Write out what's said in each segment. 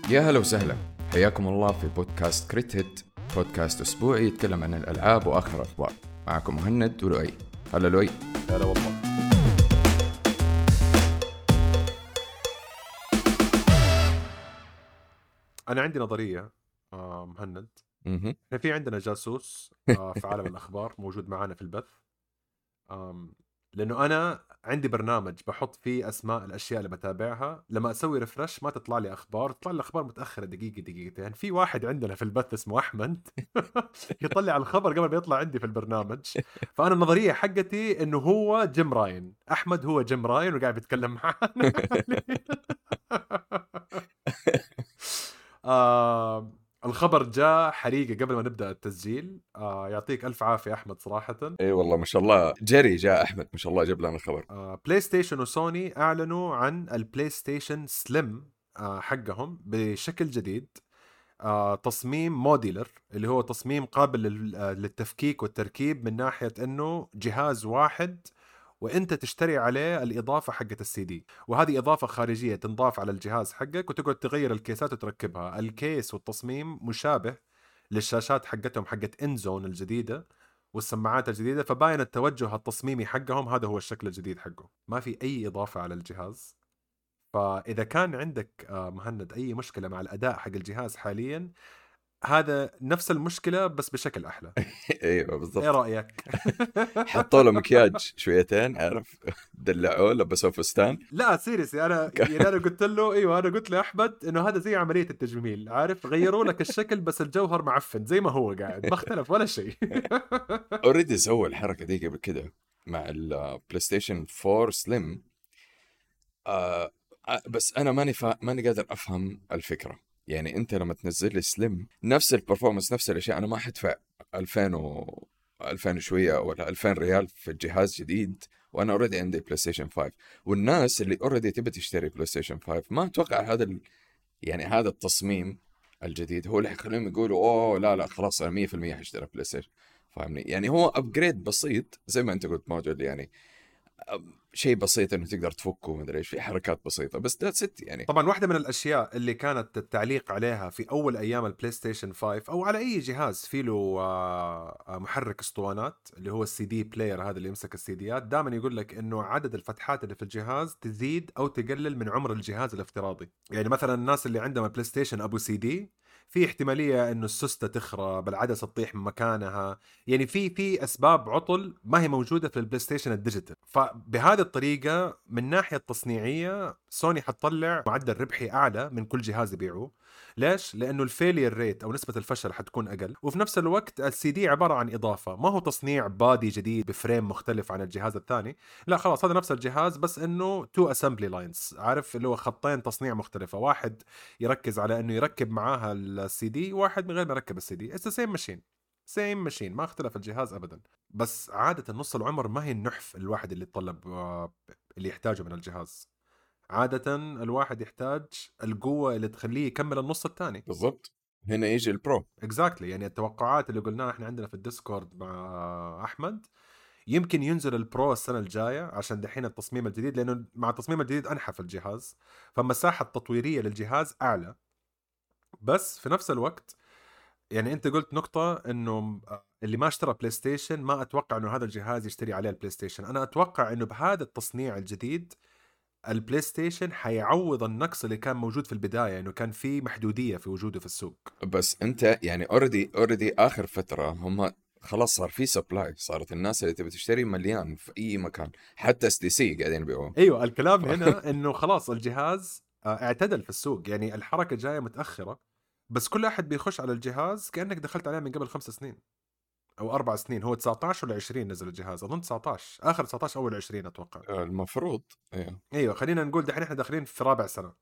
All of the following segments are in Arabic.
يا هلا وسهلا، حياكم الله في بودكاست كريت هيت، بودكاست أسبوعي يتكلم عن الألعاب وآخر الأخبار. معكم مهند ولؤي. هلا لؤي. هلا والله. أنا عندي نظرية مهند. إحنا في عندنا جاسوس في عالم الأخبار موجود معنا في البث. لأنه أنا عندي برنامج بحط فيه أسماء الأشياء اللي بتابعها، لما أسوي ريفرش ما تطلع لي أخبار، تطلع لي أخبار متأخرة دقيقة دقيقتين. في واحد عندنا في البث اسمه أحمد يطلع الخبر قبل ما يطلع عندي في البرنامج. فأنا النظرية حقتي إنه هو جيم راين. أحمد هو جيم راين وقاعد بيتكلم معنا. الخبر جاء حريقة قبل ما نبدأ التسجيل. يعطيك ألف عافية أحمد صراحة. اي والله ما شاء الله، جري جاء أحمد ما شاء الله جاب لنا الخبر. بلاي ستيشن وسوني أعلنوا عن البلاي ستيشن سليم حقهم بشكل جديد. تصميم موديلر، اللي هو تصميم قابل للتفكيك والتركيب، من ناحية أنه جهاز واحد وانت تشتري عليه الاضافه حقه السي دي، وهذه اضافه خارجيه تنضاف على الجهاز حقك وتقعد تغير الكيسات وتركبها. الكيس والتصميم مشابه للشاشات حقتهم حقت انزون الجديده والسماعات الجديده، فباين التوجه التصميمي حقهم هذا هو الشكل الجديد حقه. ما في اي اضافه على الجهاز. فاذا كان عندك مهند اي مشكله مع الاداء حق الجهاز حاليا، هذا نفس المشكله بس بشكل احلى. ايوه ايه بالضبط. رايك؟ حطوا له مكياج شويتين، عارف، دلعوه، لبسوه فستان. لا سيريسي، انا قلت له ايوه، انا قلت لاحمد انه هذا زي عمليه التجميل، عارف، غيروا لك الشكل بس الجوهر معفن زي ما هو قاعد، ما اختلف ولا شيء. اوريدي سووا الحركه دي قبل كده مع البلاي ستيشن 4 سليم. بس انا ماني قادر افهم الفكره. يعني انت لما تنزل لي سليم نفس البرفورمانس نفس الاشياء، انا ما حدفع 2000 2000 شويه ولا 2000 ريال في الجهاز جديد وانا اوريدي عندي بلاي ستيشن 5. والناس اللي اوريدي تبي تشتري بلاي ستيشن 5 ما اتوقع يعني هذا التصميم الجديد هو اللي حيخليهم يقولوا اوه لا لا خلاص انا 100% حاشتري بلاي ستيشن. فاهمني؟ يعني هو ابجريد بسيط زي ما انت قلت موجود، يعني شيء بسيط انه تقدر تفكه ومدري ايش، في حركات بسيطه بس ده ست يعني. طبعا واحدة من الأشياء اللي كانت التعليق عليها في أول أيام البلاي ستيشن 5 أو على أي جهاز فيه له محرك اسطوانات، اللي هو السي دي بلاير، هذا اللي يمسك السي ديات، دائما يقول لك إنه عدد الفتحات اللي في الجهاز تزيد أو تقلل من عمر الجهاز الافتراضي. يعني مثلا الناس اللي عندهم البلاي ستيشن أبو سي دي، في احتمالية إنه السوستة تخرب، العدسة تطيح من مكانها. يعني في أسباب عطل ما هي موجودة في البلاي ستيشن الديجيتال. فبهذه الطريقة من ناحية تصنيعية سوني حتطلع معدل ربحي أعلى من كل جهاز يبيعوه. ليش؟ لأنه الفيلير ريت أو نسبة الفشل حتكون أقل، وفي نفس الوقت السي دي عبارة عن إضافة، ما هو تصنيع بادي جديد بفريم مختلف عن الجهاز الثاني. لا خلاص، هذا نفس الجهاز بس إنه تو أسمبلي لاينز، عارف، اللي هو خطين تصنيع مختلفة، واحد يركز على إنه يركب معاها السي دي، واحد من غير ما يركب السي دي. It's the same machine، سيم ماشين، ما اختلف الجهاز ابدا. بس عاده نص العمر ما هي النحف الواحد اللي يتطلب اللي يحتاجه من الجهاز. عاده الواحد يحتاج القوه اللي تخليه يكمل النص الثاني. بالضبط، هنا يجي البرو. اكزاكتلي. يعني التوقعات اللي قلناها احنا عندنا في الديسكورد مع احمد، يمكن ينزل البرو السنه الجايه عشان دحين التصميم الجديد، لانه مع التصميم الجديد انحف الجهاز، فمساحه تطويريه للجهاز اعلى. بس في نفس الوقت يعني انت قلت نقطة انه اللي ما اشترى بلاي ستيشن ما اتوقع انه هذا الجهاز يشتري عليه البلاي ستيشن. انا اتوقع انه بهذا التصنيع الجديد البلاي ستيشن حيعوض النقص اللي كان موجود في البداية، انه كان في محدودية في وجوده في السوق. بس انت يعني اوريدي اخر فتره هم خلاص صار في سبلاي، صارت الناس اللي تبي تشتري مليان في اي مكان، حتى اس دي سي قاعدين يبيعوه. ايوه، الكلام هنا انه خلاص الجهاز اعتدل في السوق. يعني الحركة جاية متأخرة، بس كل احد بيخش على الجهاز كأنك دخلت عليه من قبل 5 سنين او 4 سنين. هو 19 ولا 20 نزل الجهاز؟ اظن 19، اخر 19 اول 20 اتوقع. المفروض ايوه. ايوه، خلينا نقول دحين احنا داخلين في رابع سنه.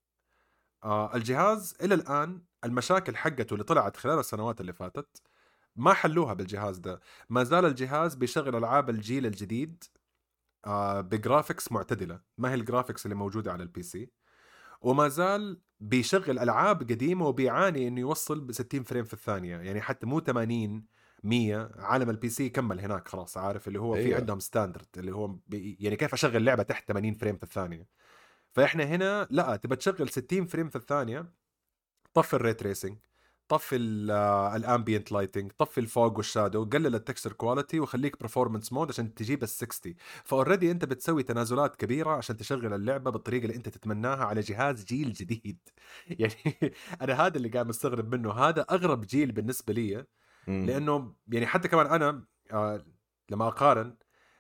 الجهاز الى الان المشاكل حقته اللي طلعت خلال السنوات اللي فاتت ما حلوها بالجهاز ده. ما زال الجهاز بيشغل العاب الجيل الجديد بجرافيكس معتدله، ما هي الجرافيكس اللي موجوده على البي سي. وما زال بيشغل العاب قديمه وبيعاني انه يوصل ب 60 فريم في الثانيه. يعني حتى مو 80 100، عالم البي سي كمل هناك خلاص، عارف، اللي هو في ايوه عندهم ستاندرد اللي هو يعني كيف اشغل لعبه تحت 80 فريم في الثانيه. فاحنا هنا لا، تبى تشغل 60 فريم في الثانيه طفي الري تريسنج، طفي الامبيانت لايتنج، طفي الفوق والشادو، قلل التكستشر كواليتي وخليك برفورمانس مود عشان تجيب ال60. فاوريدي انت بتسوي تنازلات كبيره عشان تشغل اللعبه بالطريقه اللي انت تتمناها على جهاز جيل جديد. يعني انا هذا اللي قاعد مستغرب منه، هذا اغرب جيل بالنسبه لي. مم. لانه يعني حتى كمان انا لما اقارن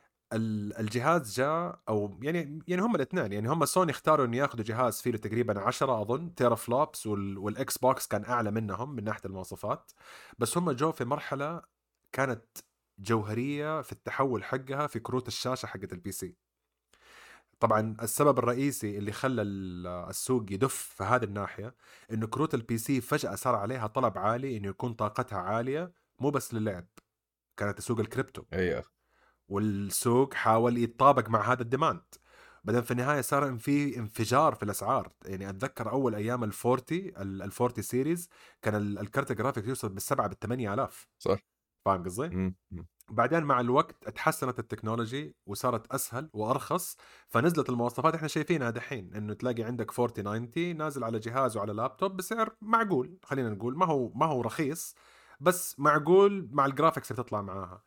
الجهاز جاء، او يعني هم الاثنين، يعني هم سوني اختاروا انه ياخذوا جهاز فيه له تقريبا 10 اظن تيرا فلوبس، والاكس بوكس كان اعلى منهم من ناحيه المواصفات. بس هم جو في مرحله كانت جوهريه في التحول حقها في كروت الشاشه حقت البي سي. طبعا السبب الرئيسي اللي خلى السوق يدف في هذه الناحيه انه كروت البي سي فجاه صار عليها طلب عالي انه يكون طاقتها عاليه، مو بس للعب، كانت سوق الكريبتو. ايوه والسوق حاول يتطابق مع هذا الديماند. بعدين في النهايه صار في انفجار في الاسعار. يعني اتذكر اول ايام ال40 سيريز كان الكارت جرافيك يوصل بالسبعه بالثمانية آلاف. صح. فاهم قصدي؟ مم. مم. بعدين مع الوقت اتحسنت التكنولوجي وصارت اسهل وارخص، فنزلت المواصفات احنا شايفينها دحين، انه تلاقي عندك 4090 نازل على جهاز وعلى لابتوب بسعر معقول. خلينا نقول ما هو رخيص، بس معقول مع الجرافيكس اللي تطلع معاها.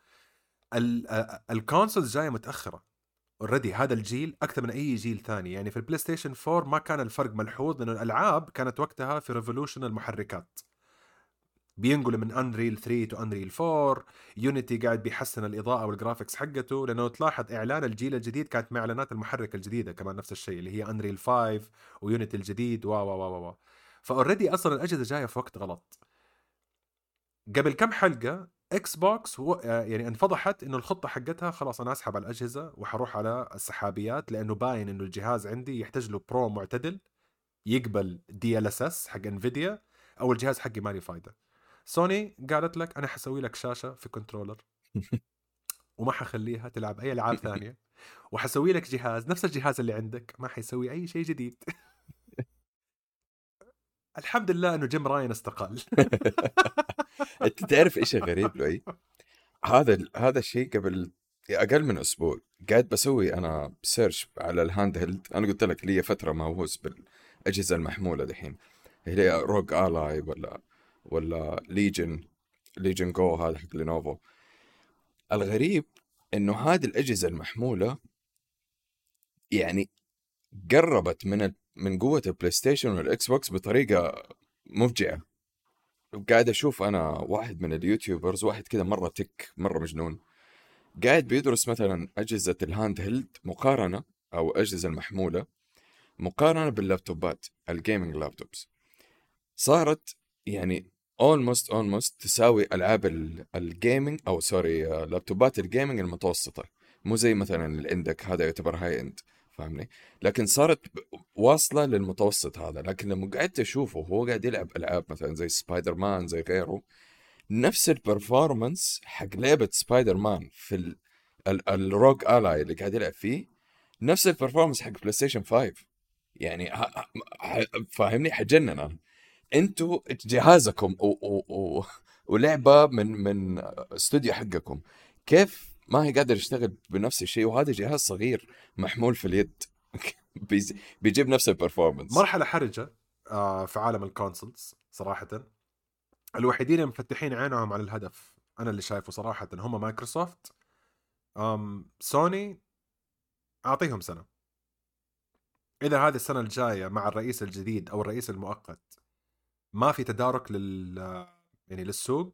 الكونسولز جايه متاخره اوريدي. هذا الجيل اكثر من اي جيل ثاني. يعني في البلاي ستيشن 4 ما كان الفرق ملحوظ، لانه الالعاب كانت وقتها في ريفولوشن المحركات، بينقلوا من انريل 3 تو انريل 4. يونيتي قاعد بيحسن الاضاءه والجرافيكس حقته، لانه تلاحظ اعلان الجيل الجديد كانت مع اعلانات المحرك الجديده كمان نفس الشيء، اللي هي انريل 5 ويونيتي الجديد و فاوريدي اصلا الاجهزه جايه في وقت غلط. قبل كم حلقة اكس بوكس يعني انفضحت انه الخطة حقتها خلاص انا اسحب على الاجهزة وحروح على السحابيات، لانه باين انه الجهاز عندي يحتاج له برو معتدل يقبل دي ال اس اس حق انفيديا، او الجهاز حقي مالي فايدة. سوني قالت لك انا حسوي لك شاشة في كنترولر، وما حخليها تلعب اي العاب ثانية، وحسوي لك جهاز نفس الجهاز اللي عندك ما حيسوي اي شيء جديد. الحمد لله انه جيم راين استقال. انت تعرف ايش غريب له ايه؟ هذا الشيء قبل اقل من اسبوع قاعد بسوي انا سيرش على الهاند هيلد. انا قلت لك لي فتره مهووس بالاجهزه المحموله دحين، هي روج الاي ولا ليجن جو هذا حق لينوفو. الغريب انه هذه الاجهزه المحموله يعني قربت من قوه البلاي ستيشن والاكس بوكس بطريقه مفجعه. قاعد اشوف انا واحد من اليوتيوبرز، واحد كذا مره مره مجنون، قاعد بيدرس مثلا أجهزة الهاند هيلد مقارنة، أو أجهزة المحمولة مقارنة باللابتوبات الجيمنج لابتوبس. صارت يعني almost تساوي ألعاب الجيمنج، أو سوري لابتوبات الجيمنج المتوسطة. مو زي مثلا الإندك، هذا يعتبر هاي إند، فاهمني؟ لكن صارت واصلة للمتوسط هذا. لكن لما قعدت أشوفه وهو قاعد يلعب ألعاب مثلا زي سبايدر مان زي غيره، نفس البرفورمانس حق لعبة سبايدر مان في الروج الاي اللي قاعد يلعب فيه، نفس البرفورمانس حق بلاي ستيشن 5. يعني فاهمني؟ حجنن انا. انتوا جهازكم ولعبة من استوديو حقكم، كيف ما هي قادر يشتغل بنفس الشيء؟ وهذا جهاز صغير محمول في اليد بيجيب نفس البرفورمانس. مرحلة حرجة في عالم الكونسولز صراحة. الوحيدين اللي مفتحين عينهم على الهدف انا اللي شايفه صراحه هم مايكروسوفت. سوني اعطيهم سنه. اذا هذه السنه الجايه مع الرئيس الجديد او الرئيس المؤقت ما في تدارك يعني للسوق،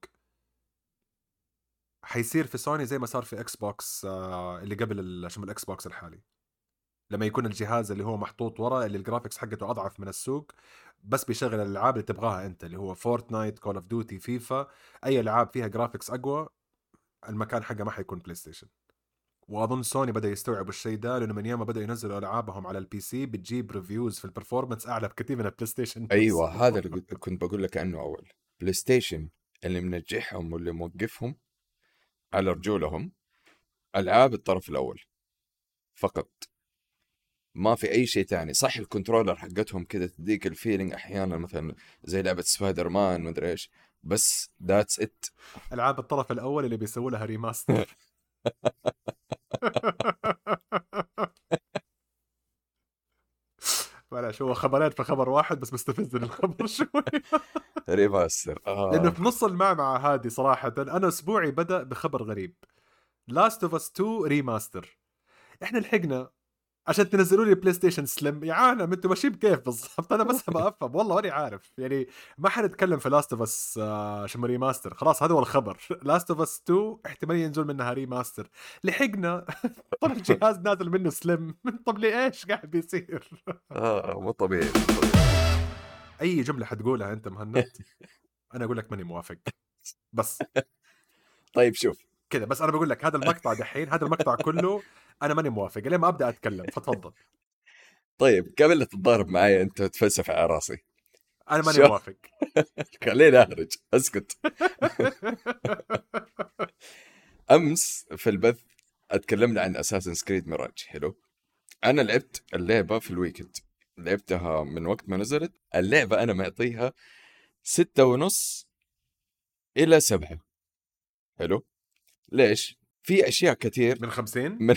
حيصير في سوني زي ما صار في اكس بوكس اللي قبل الاكس بوكس الحالي، لما يكون الجهاز اللي هو محطوط ورا اللي الجرافيكس حقته اضعف من السوق، بس بيشغل الالعاب اللي تبغاها انت، اللي هو فورتنايت، كول اوف ديوتي، فيفا، اي العاب فيها جرافيكس اقوى، المكان حقه ما حيكون بلاي ستيشن. واظن سوني بدا يستوعبوا الشيء ده، لانه من يوم ما بداوا ينزلوا العابهم على البي سي بتجيب ريفيوز في البرفورمانس اعلى بكثير من البلاي ستيشن ايوه، نفسه. هذا اللي كنت بقول لك عنه اول. بلاي ستيشن اللي منجحهم واللي موقفهم على رجولهم العاب الطرف الاول فقط، ما في اي شيء تاني. صح الكنترولر حقتهم كذا تديك الفيلينج احيانا مثلا زي لعبه سبايدر مان مدري ايش، بس ذاتس ات. العاب الطرف الاول اللي بيسووا لها ريماستر. معلش هو خبرين في خبر واحد بس مستفزني الخبر شوي. ريماستر لانه في نص المعمعة هذه صراحة انا اسبوعي بدأ بخبر غريب. لاست اوف اس 2 ريماستر. احنا لحقنا عشان تنزلوا لي بلاي ستيشن سليم يا عالم، انتوا ماشيين كيف بالضبط؟ انا بس ابغى افهم والله ماني عارف يعني. ما حنتكلم في لاست اوف اس شو ريماستر، خلاص هذا هو الخبر. لاست اوف اس 2 احتمال ينزل منها ريماستر. لحقنا. طب الجهاز نازل منه سليم. طب ليه ايش قاعد بيصير؟ مو طبيعي. اي جمله حتقولها انت مهند انا اقول لك ماني موافق. بس طيب شوف كذا، بس انا بقول لك هذا المقطع دحين، هذا المقطع كله انا ماني موافق لين ما ابدا اتكلم، فتفضل. طيب قبل لا تتضارب معي انت تفلسف على راسي، انا ماني شو موافق. خليني اهرج اسكت. امس في البث اتكلمنا عن اساسن سكريد ميراج. حلو، انا لعبت اللعبه في الويكند، لعبتها من وقت ما نزلت اللعبه. انا معطيها 6.5 إلى 7. حلو، ليش؟ في أشياء كثير من 50 من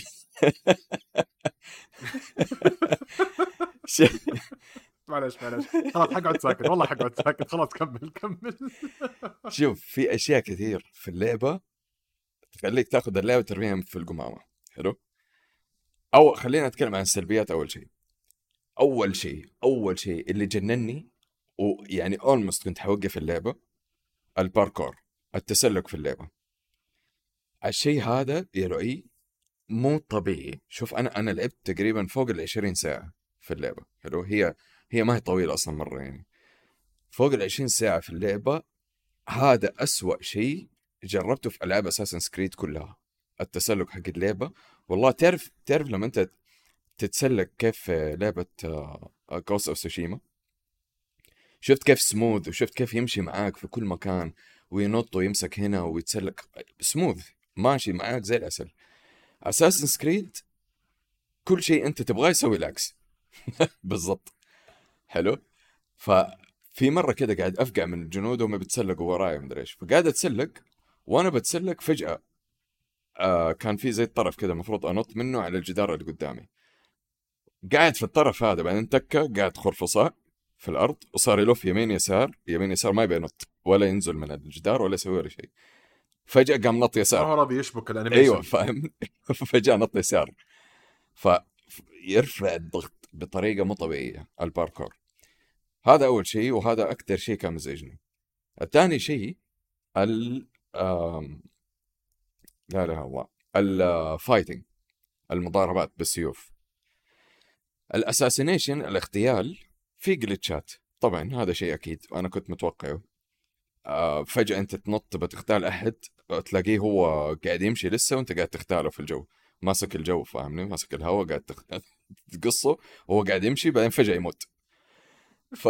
ش... معلش خلاص حقعد ساكت، والله حقعد ساكت، خلاص كمل. شوف، في أشياء كثير في اللعبة تخليك تاخذ اللعبة وترميها في القمامة. حلو، أو خلينا نتكلم عن السلبيات. أول شيء اللي جنني، ويعني أولموست كنت حوقف اللعبة، الباركور، التسلق في اللعبة. الشيء هذا يا لؤي مو طبيعي. شوف أنا لعبت تقريبا فوق 20 ساعة في اللعبة. حلو، هي ما هي طويلة أصلا مرة يعني. فوق 20 ساعة في اللعبة. هذا أسوأ شيء جربته في ألعاب أساسن سكريد كلها، التسلق حق اللعبة. والله تعرف لما أنت تتسلق كيف في لعبة Ghost of Tsushima، شفت كيف سموث، وشفت كيف يمشي معاك في كل مكان وينط ويمسك هنا ويتسلق سموث، ماشي معاك زي العسل. أساسن سكريد كل شيء أنت تبغاه يسوي العكس. بالضبط. حلو، ففي مرة كده قاعد أفقع من الجنود وهم بيتسلقوا وراي مدري إيش، فقاعد أتسلق وأنا بتسلق فجأة كان في زي الطرف كده المفروض أنط منه على الجدار اللي قدامي. قاعد في الطرف هذا، بعدين تكة قاعد خرفصاء في الأرض وصار يلف يمين يسار يمين يسار، ما يبي ينط ولا ينزل من الجدار ولا يسوي ولا شيء. فجأة قام نط ما يسار. هو راضي يشبك الانيميشن. أيوة فاهم. فجأة نط يسار، فيرفع الضغط بطريقة مو طبيعية الباركور. هذا أول شيء، وهذا أكثر شيء كان مزعجني. الثاني شيء ال لا لا الله، الفايتنج، المضاربات بالسيوف. الاساسينيشن، الاغتيال، في جلitchات طبعا، هذا شيء اكيد وانا كنت متوقعه. فجأة انت تنط بتغتال احد تلاقيه هو قاعد يمشي لسه وانت قاعد تغتاله في الجو، ماسك الجو فاهمني، ماسك الهواء قاعد تقصه وهو قاعد يمشي، بعدين فجأة يموت. ف...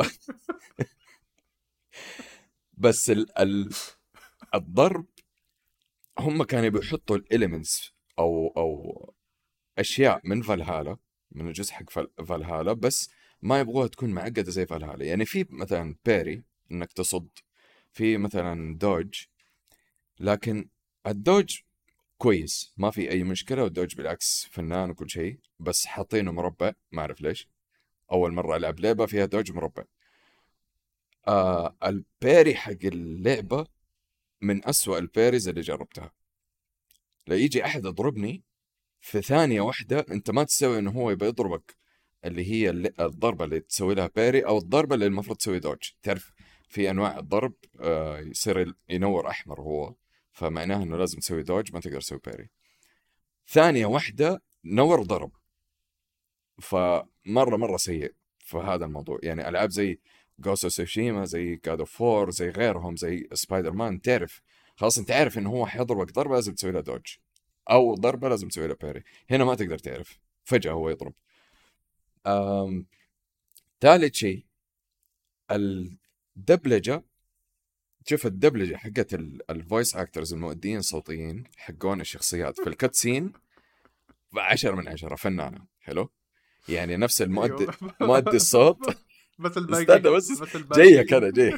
بس الضرب، هم كانوا بيحطوا الاليمنتس او اشياء من فالهالا، من الجزء حق فالهالا، بس ما يبغوها تكون معقده زي فالهالا. يعني في مثلا بيري انك تصد، في مثلا دوج، لكن الدوج كويس ما في اي مشكله، والدوج بالعكس فنان وكل شيء، بس حاطينه مربع ما اعرف ليش. اول مره العب لعبه فيها دوج مربع. البيري حق اللعبه من أسوأ البيريز اللي جربتها. لا يجي احد يضربني في ثانية واحدة أنت ما تسوي إنه هو يبي يضربك، اللي هي الضربة اللي تسوي لها باري، أو الضربة اللي المفروض تسوي دوج. تعرف في أنواع الضرب يصير ينور أحمر هو، فمعناه إنه لازم تسوي دوج، ما تقدر تسوي باري. ثانية واحدة نور ضرب، فمرة سيء في هذا الموضوع. يعني ألعاب زي Ghost of Tsushima، زي God of War، زي غيرهم، زي سبايدر مان، تعرف خلاص أنت عارف إنه هو حيضربك ضربة لازم تسوي لها دوج، او ضربه لازم تسوي له باري. هنا ما تقدر تعرف، فجاه هو يضرب. ثالث شيء الدبلجه. شوف الدبلجه حقت الفويس اكترز، المؤدين الصوتيين حقون الشخصيات في الكاتسين 10/10 فنانه. حلو، يعني نفس المؤدي مؤدي الصوت. بس الباقي استنى بس جايك انا جاي.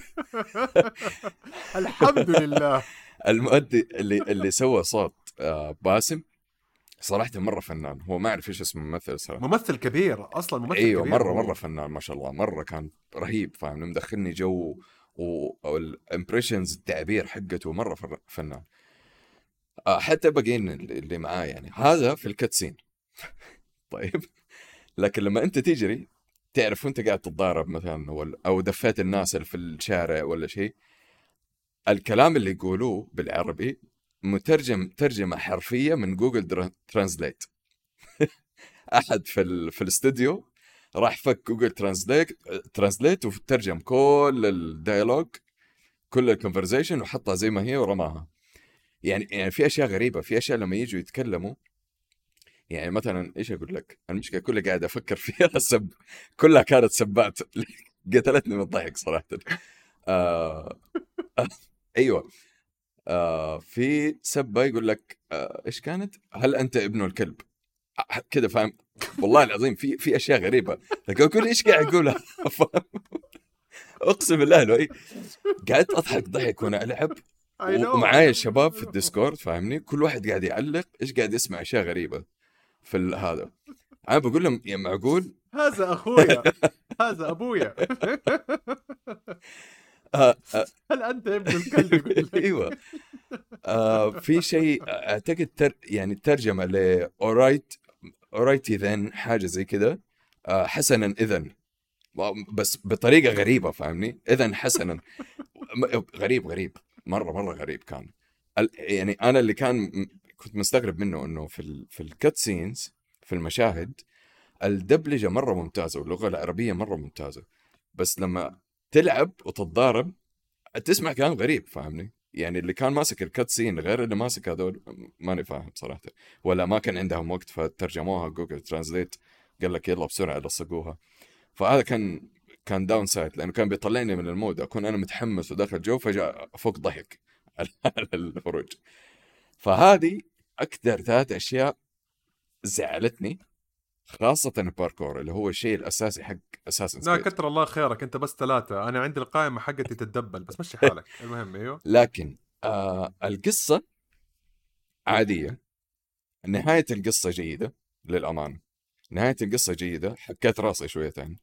الحمد لله. المؤدي اللي سوى صوت باسم، صراحة مرة فنان، هو ما أعرف إيش اسم الممثل صراحة. ممثل كبير اصلا، ممثل أيوة كبير مرة مرة هو. فنان ما شاء الله، مرة كان رهيب، فاهم، مدخلني جو، والإمبريشنز التعبير حقته مرة فنان. حتى باقيين اللي معاه يعني، هذا في الكاتسين. طيب. لكن لما أنت تجري، تعرف وأنت قاعد تتضارب مثلا، أو دفيت الناس اللي في الشارع ولا شيء، الكلام اللي يقولوه بالعربي مترجم ترجمة حرفية من جوجل ترانسليت. أحد في الاستوديو راح فك جوجل ترانسليت وترجم كل الديالوج، كل الكونفرزيشن، وحطها زي ما هي ورماها. يعني في اشياء غريبه، في اشياء لما يجوا يتكلموا، يعني مثلا ايش اقول لك، المشكله كلها قاعد افكر فيها كلها كانت سبات. قتلتني من الضحك صراحه. آه... ايوه. في سبه يقول لك ايش كانت، هل انت ابن الكلب؟ كذا فاهم. والله العظيم في اشياء غريبه، لكن اقول ايش قاعد اقولها. اقسم بالله لو قعدت اضحك ضحك وانا العب، اي نو اي ومعايا نو الشباب في الديسكورد، فاهمني، كل واحد قاعد يعلق ايش قاعد يسمع اشياء غريبه هذا. انا بقول لهم يا معقول. هذا اخويا، هذا ابويا. آه آه هل انت ابن الكلب؟ يقول ايوه. لك. في شيء اعتقد يعني الترجمه ل اورايت، اورايتي ذن، حاجه زي كذا. حسنا اذا، بس بطريقه غريبه، فاهمني، اذا حسنا. غريب غريب، مره مره غريب كان. يعني انا اللي كنت مستغرب منه انه في الكات سينز، في المشاهد، الدبلجه مره ممتازه واللغه العربيه مره ممتازه، بس لما تلعب وتتضارب تسمع كلام غريب، فاهمني. يعني اللي كان ماسك الكات سين غير اللي ماسك هذول، ماني فاهم صراحه، ولا ما كان عندهم وقت فترجموها جوجل ترانزليت، قال لك يلا بسرعه لصقوها. فهذا كان داون سايد، لانه كان بيطلعني من المود، اكون انا متحمس وداخل جو، فجاه افوق ضحك على الخروج. فهذه اكثر 3 اشياء زعلتني، خاصه الباركور اللي هو الشيء الاساسي حق اساسن لا كريد. كتر الله خيرك، انت بس 3، انا عندي القائمه حقتي تتدبل، بس مشي حالك. المهم ايوه. لكن القصه عاديه، نهايه القصه جيده للامانه، نهايه القصه جيده، حكيت راسي شويتين.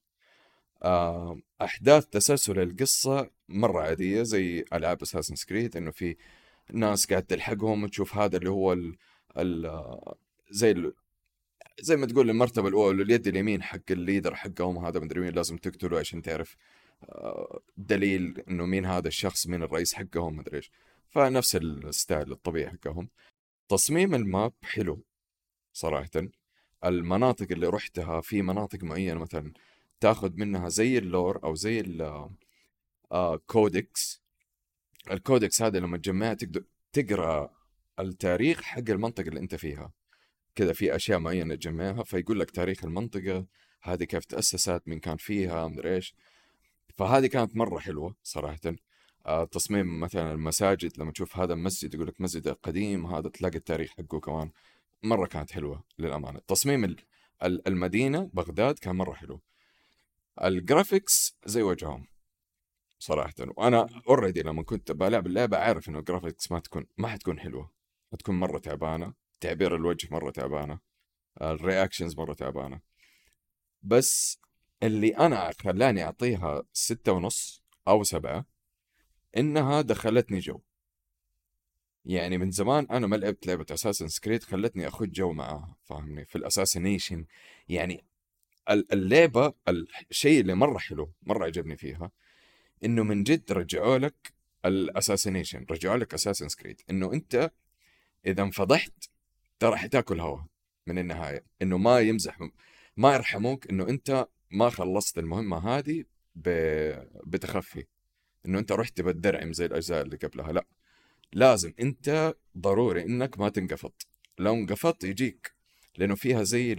احداث تسلسل القصه مره عاديه زي العاب اساسن كريد، انه في ناس قاعد تلحقهم وتشوف هذا اللي هو ال زي زي ما تقول المرتبة الأولى، اليد اليمين حق الليدر حقهم، هذا مدري مين، لازم تقتله عشان تعرف دليل إنه مين هذا الشخص، مين الرئيس حقهم، مدري إيش. فنفس الستايل الطبيعي حقهم. تصميم الماب حلو صراحة. المناطق اللي رحتها، في مناطق معينة مثلا تاخذ منها زي اللور أو زي الكودكس. الكودكس هذا لما تجمعها تقدر تقرأ التاريخ حق المنطقة اللي أنت فيها، كذا في أشياء معينة تجمعها فيقول لك تاريخ المنطقة هذه، كيف تأسست، من كان فيها، مدري إيش. فهذه كانت مرة حلوة صراحة. تصميم مثلا المساجد، لما تشوف هذا المسجد يقول لك مسجد قديم، هذا تلاقي التاريخ حقه كمان، مرة كانت حلوة للأمانة. تصميم المدينة بغداد كان مرة حلو. الجرافيكس زي وجههم صراحة، وأنا اوريدي لما كنت بلعب اللعبة عارف إنه الجرافيكس ما حتكون حلوة، حتكون مرة تعبانة، تعبير الوجه مرة تعبانة، الرياكشنز مرة تعبانة. بس اللي أنا خلاني أعطيها 6.5 أو 7، إنها دخلتني جو. يعني من زمان أنا ما لعبت لعبة أساسن سكريد خلتني أخد جو معاها، فاهمني، في الأساسينيشن. يعني اللعبة، الشيء اللي مرة حلو مرة عجبني فيها، إنه من جد رجعوا لك الأساسينيشن، رجعوا لك أساسن سكريد، إنه أنت إذا انفضحت ترى حتاكل هوا من النهاية، إنه ما يمزح، ما يرحموك، إنه أنت ما خلصت المهمة هذه بتخفي، إنه أنت رحت بالدرعم زي الأجزاء اللي قبلها، لا، لازم أنت ضروري إنك ما تنقفط. لو انقفطت يجيك، لأنه فيها زي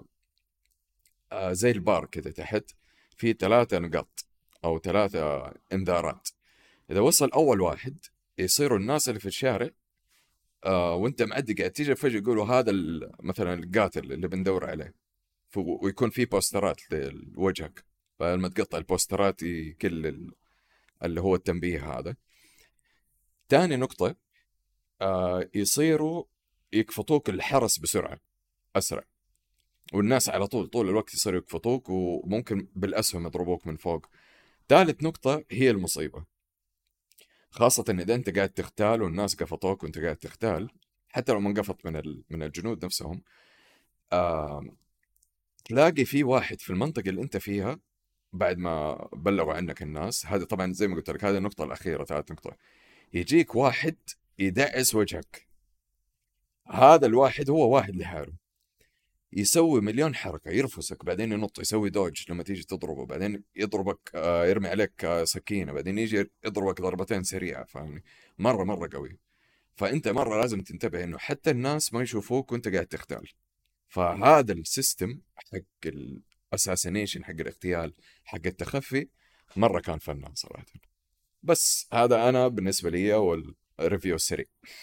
زي البار كذا تحت، في 3 نقاط أو 3 إنذارات. إذا وصل أول واحد يصيروا الناس اللي في الشارع وانت معدي قاعد تيجي، فجأة يقولوا هذا مثلا القاتل اللي بندور عليه، ويكون في بوسترات لوجهك، فلما تقطع البوسترات يكل اللي هو التنبيه هذا. ثاني نقطة، يصيروا يكفطوك الحرس بسرعة، اسرع، والناس على طول الوقت يصيروا يكفطوك، وممكن بالاسهم يضربوك من فوق. ثالث نقطة هي المصيبة، خاصة إذا أنت قاعد تختال والناس قفطوك وأنت قاعد تختال، حتى لو ما انقفط من الجنود نفسهم. آه... تلاقي في واحد في المنطقة اللي أنت فيها بعد ما بلغوا عنك الناس، هذا طبعا زي ما قلت لك هذه النقطة الأخيرة، ثالث نقطة، يجيك واحد يدعس وجهك. هذا الواحد هو واحد لحاله، يسوي مليون حركة، يرفسك، بعدين ينط، يسوي دوج لما تيجي تضربه، بعدين يضربك يرمي عليك سكينة، بعدين يجي يضربك ضربتين سريعة، فاهمني؟ مرة قوي. فأنت مرة لازم تنتبه إنه حتى الناس ما يشوفوك وأنت قاعد تختال. فهذا السيستم حق الاساسينيشن، حق الاغتيال، حق التخفي، مرة كان فنان صراحة. بس هذا أنا بالنسبة لي والريفيو السريع.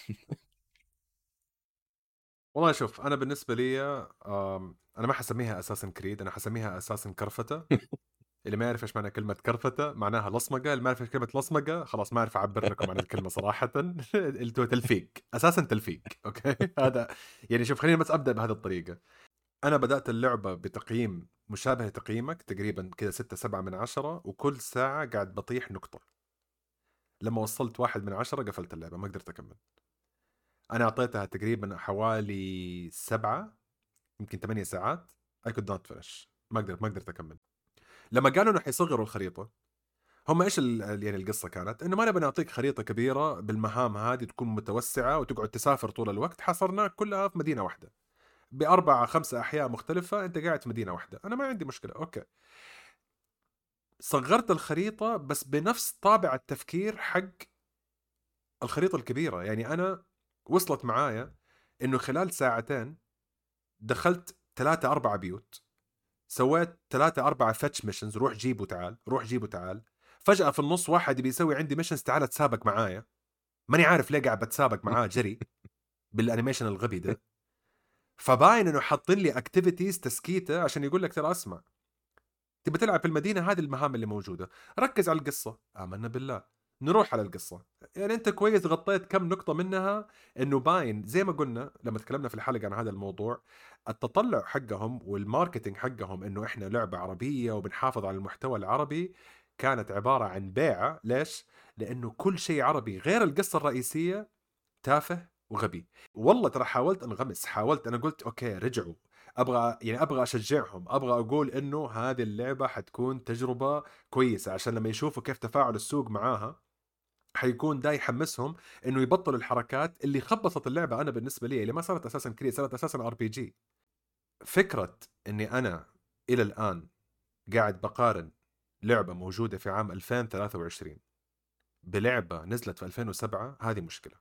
والله شوف، انا بالنسبه لي انا ما حسميها اساسن كريد، انا حسميها اساسن كرفته. اللي ما يعرف ايش معنى كلمه كرفته، معناها لصمقه. اللي ما يعرف ايش كلمه لصمقه، خلاص ما اعرف اعبر لكم عن الكلمه صراحه. انتوا تلفيق، اساسا تلفيق. اوكي. هذا يعني شوف، خليني بس ابدا بهذه الطريقه. انا بدات اللعبه بتقييم مشابه لتقييمك تقريبا كذا 6-7 من 10، وكل ساعه قاعد بطيح نقطه. لما وصلت 1 من 10 قفلت اللعبه، ما قدرت اكمل. انا اعطيتها تقريبا حوالي 7 يمكن 8 ساعات. I could not finish. ما قدرت اكمل. لما قالوا انه حيصغروا الخريطه، هم ايش يعني القصه كانت انه ما نبي نعطيك خريطه كبيره بالمهام هذه تكون متوسعه وتقعد تسافر طول الوقت، حصرناك كلها في مدينه واحده ب4-5 احياء مختلفه، انت قاعد في مدينه واحده. انا ما عندي مشكله، اوكي. صغرت الخريطه بس بنفس طابع التفكير حق الخريطه الكبيره. يعني انا وصلت معايا انه خلال ساعتين دخلت 3-4 بيوت، سويت 3-4 فتش ميشنز، روح جيب وتعال، روح جيب وتعال. فجأة في النص واحد بيسوي عندي ميشنز، تعال تسابق معايا. ماني عارف ليه قاعد بتسابق معاه جري بالانيميشن الغبي ده. فباين انه حاطين لي اكتيفيتيز تسكيته عشان يقول لك ترى اسمع، تبي تلعب في المدينه هذه، المهام اللي موجوده، ركز على القصه. امنا بالله، نروح على القصه. يعني انت كويس غطيت كم نقطه منها. انه باين زي ما قلنا لما تكلمنا في الحلقه عن هذا الموضوع، التطلع حقهم والماركتينج حقهم انه احنا لعبه عربيه وبنحافظ على المحتوى العربي، كانت عباره عن بيعه. ليش؟ لانه كل شيء عربي غير القصه الرئيسيه تافه وغبي. والله ترى حاولت انغمس، حاولت، انا قلت اوكي رجعوا، ابغى اشجعهم، ابغى اقول انه هذه اللعبه حتكون تجربه كويسه عشان لما يشوفوا كيف تفاعل السوق معاها حيكون ده يحمسهم انه يبطلوا الحركات اللي خبصت اللعبه. انا بالنسبه لي اللي ما صارت اساسا كريد، صارت اساسا ار بي جي. فكره اني انا الى الان قاعد بقارن لعبه موجوده في عام 2023 بلعبه نزلت في 2007، هذه مشكله،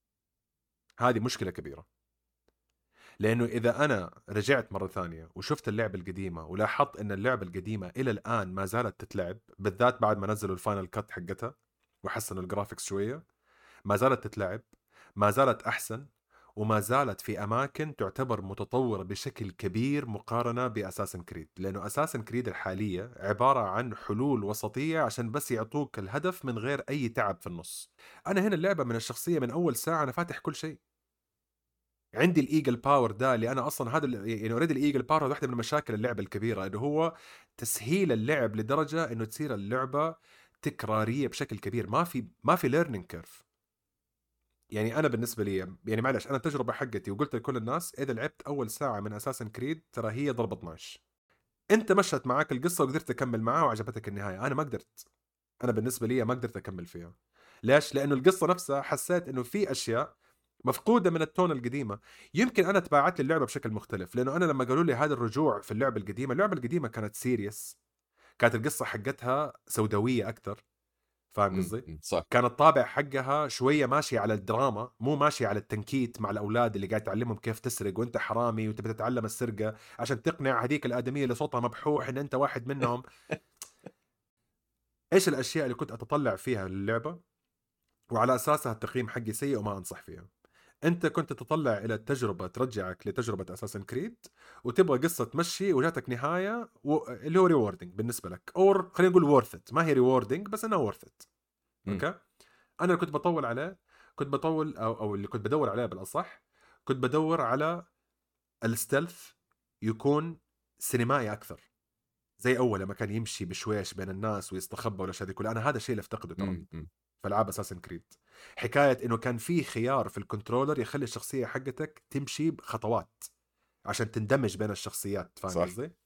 هذه مشكله كبيره. لأنه إذا أنا رجعت مرة ثانية وشفت اللعبة القديمة ولاحظت أن اللعبة القديمة إلى الآن ما زالت تتلعب، بالذات بعد ما نزلوا الفاينل كات حقتها وحسنوا الجرافيكس شوية، ما زالت تتلعب، ما زالت أحسن، وما زالت في أماكن تعتبر متطورة بشكل كبير مقارنة بأساسن كريد. لأنه أساسن كريد الحالية عبارة عن حلول وسطية عشان بس يعطوك الهدف من غير أي تعب في النص. أنا هنا اللعبة من الشخصية من أول ساعة أنا فاتح كل شيء. عندي الايجل باور ده اللي انا اصلا هذا يعني اوريدي الايجل باور واحده من مشاكل اللعبه الكبيره، انه هو تسهيل اللعب لدرجه انه تصير اللعبه تكراريه بشكل كبير، ما في ليرنينج كيرف. يعني انا بالنسبه لي، يعني معلش، انا التجربه حقتي وقلت لكل الناس اذا لعبت اول ساعه من اساسن كريد ترى هي ضرب 12. انت مشت معاك القصه وقدرت تكمل معاها وعجبتك النهايه، انا ما قدرت. انا بالنسبه لي ما قدرت اكمل فيها. ليش؟ لانه القصه نفسها حسيت انه في اشياء مفقوده من التون القديمه. يمكن انا تبعت لي اللعبه بشكل مختلف، لانه انا لما قالوا لي هذا الرجوع في اللعبه القديمه كانت سيريس، كانت القصه حقتها سوداويه اكثر. فاهم قصدي؟ صح. كان الطابع حقها شويه ماشي على الدراما، مو ماشي على التنكيت مع الاولاد اللي قاعد تعلمهم كيف تسرق وانت حرامي وتبي تتعلم السرقه عشان تقنع هذيك الادميه اللي صوتها مبحوح ان انت واحد منهم. ايش الاشياء اللي كنت اتطلع فيها للعبه وعلى اساسها التقييم حقي سيء وما انصح فيها؟ انت كنت تطلع الى التجربه ترجعك لتجربه اساسن كريد، وتبغى قصه تمشي وجاتك نهايه اللي هو ريوردنج بالنسبه لك، او خلينا نقول وورث ما هي ريوردنج بس انها وورث. اوكي. انا اللي كنت بطول عليه، كنت بطول او اللي كنت بدور عليه بالاصح، كنت بدور على الستيلث يكون سينمائي اكثر، زي اول لما كان يمشي بشويش بين الناس ويستخبى ولا شيء كله. انا هذا الشيء اللي افتقده ترى في العاب اساسن كريد، حكايه انه كان في خيار في الكنترولر يخلي الشخصيه حقتك تمشي بخطوات عشان تندمج بين الشخصيات، فاهم صح. قصدي؟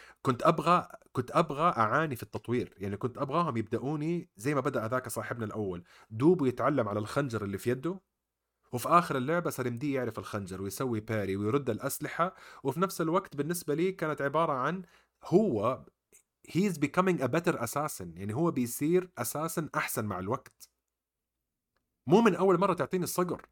كنت ابغى اعاني في التطوير، يعني كنت ابغاهم يبدأوني زي ما بدأ هذاك صاحبنا الاول، دوب يتعلم على الخنجر اللي في يده، وفي اخر اللعبه صار يمديه يعرف الخنجر ويسوي باري ويرد الاسلحه. وفي نفس الوقت بالنسبه لي كانت عباره عن هو he's becoming a better assassin، يعني هو بيصير اساسا احسن مع الوقت، مو من اول مره تعطيني الصقر.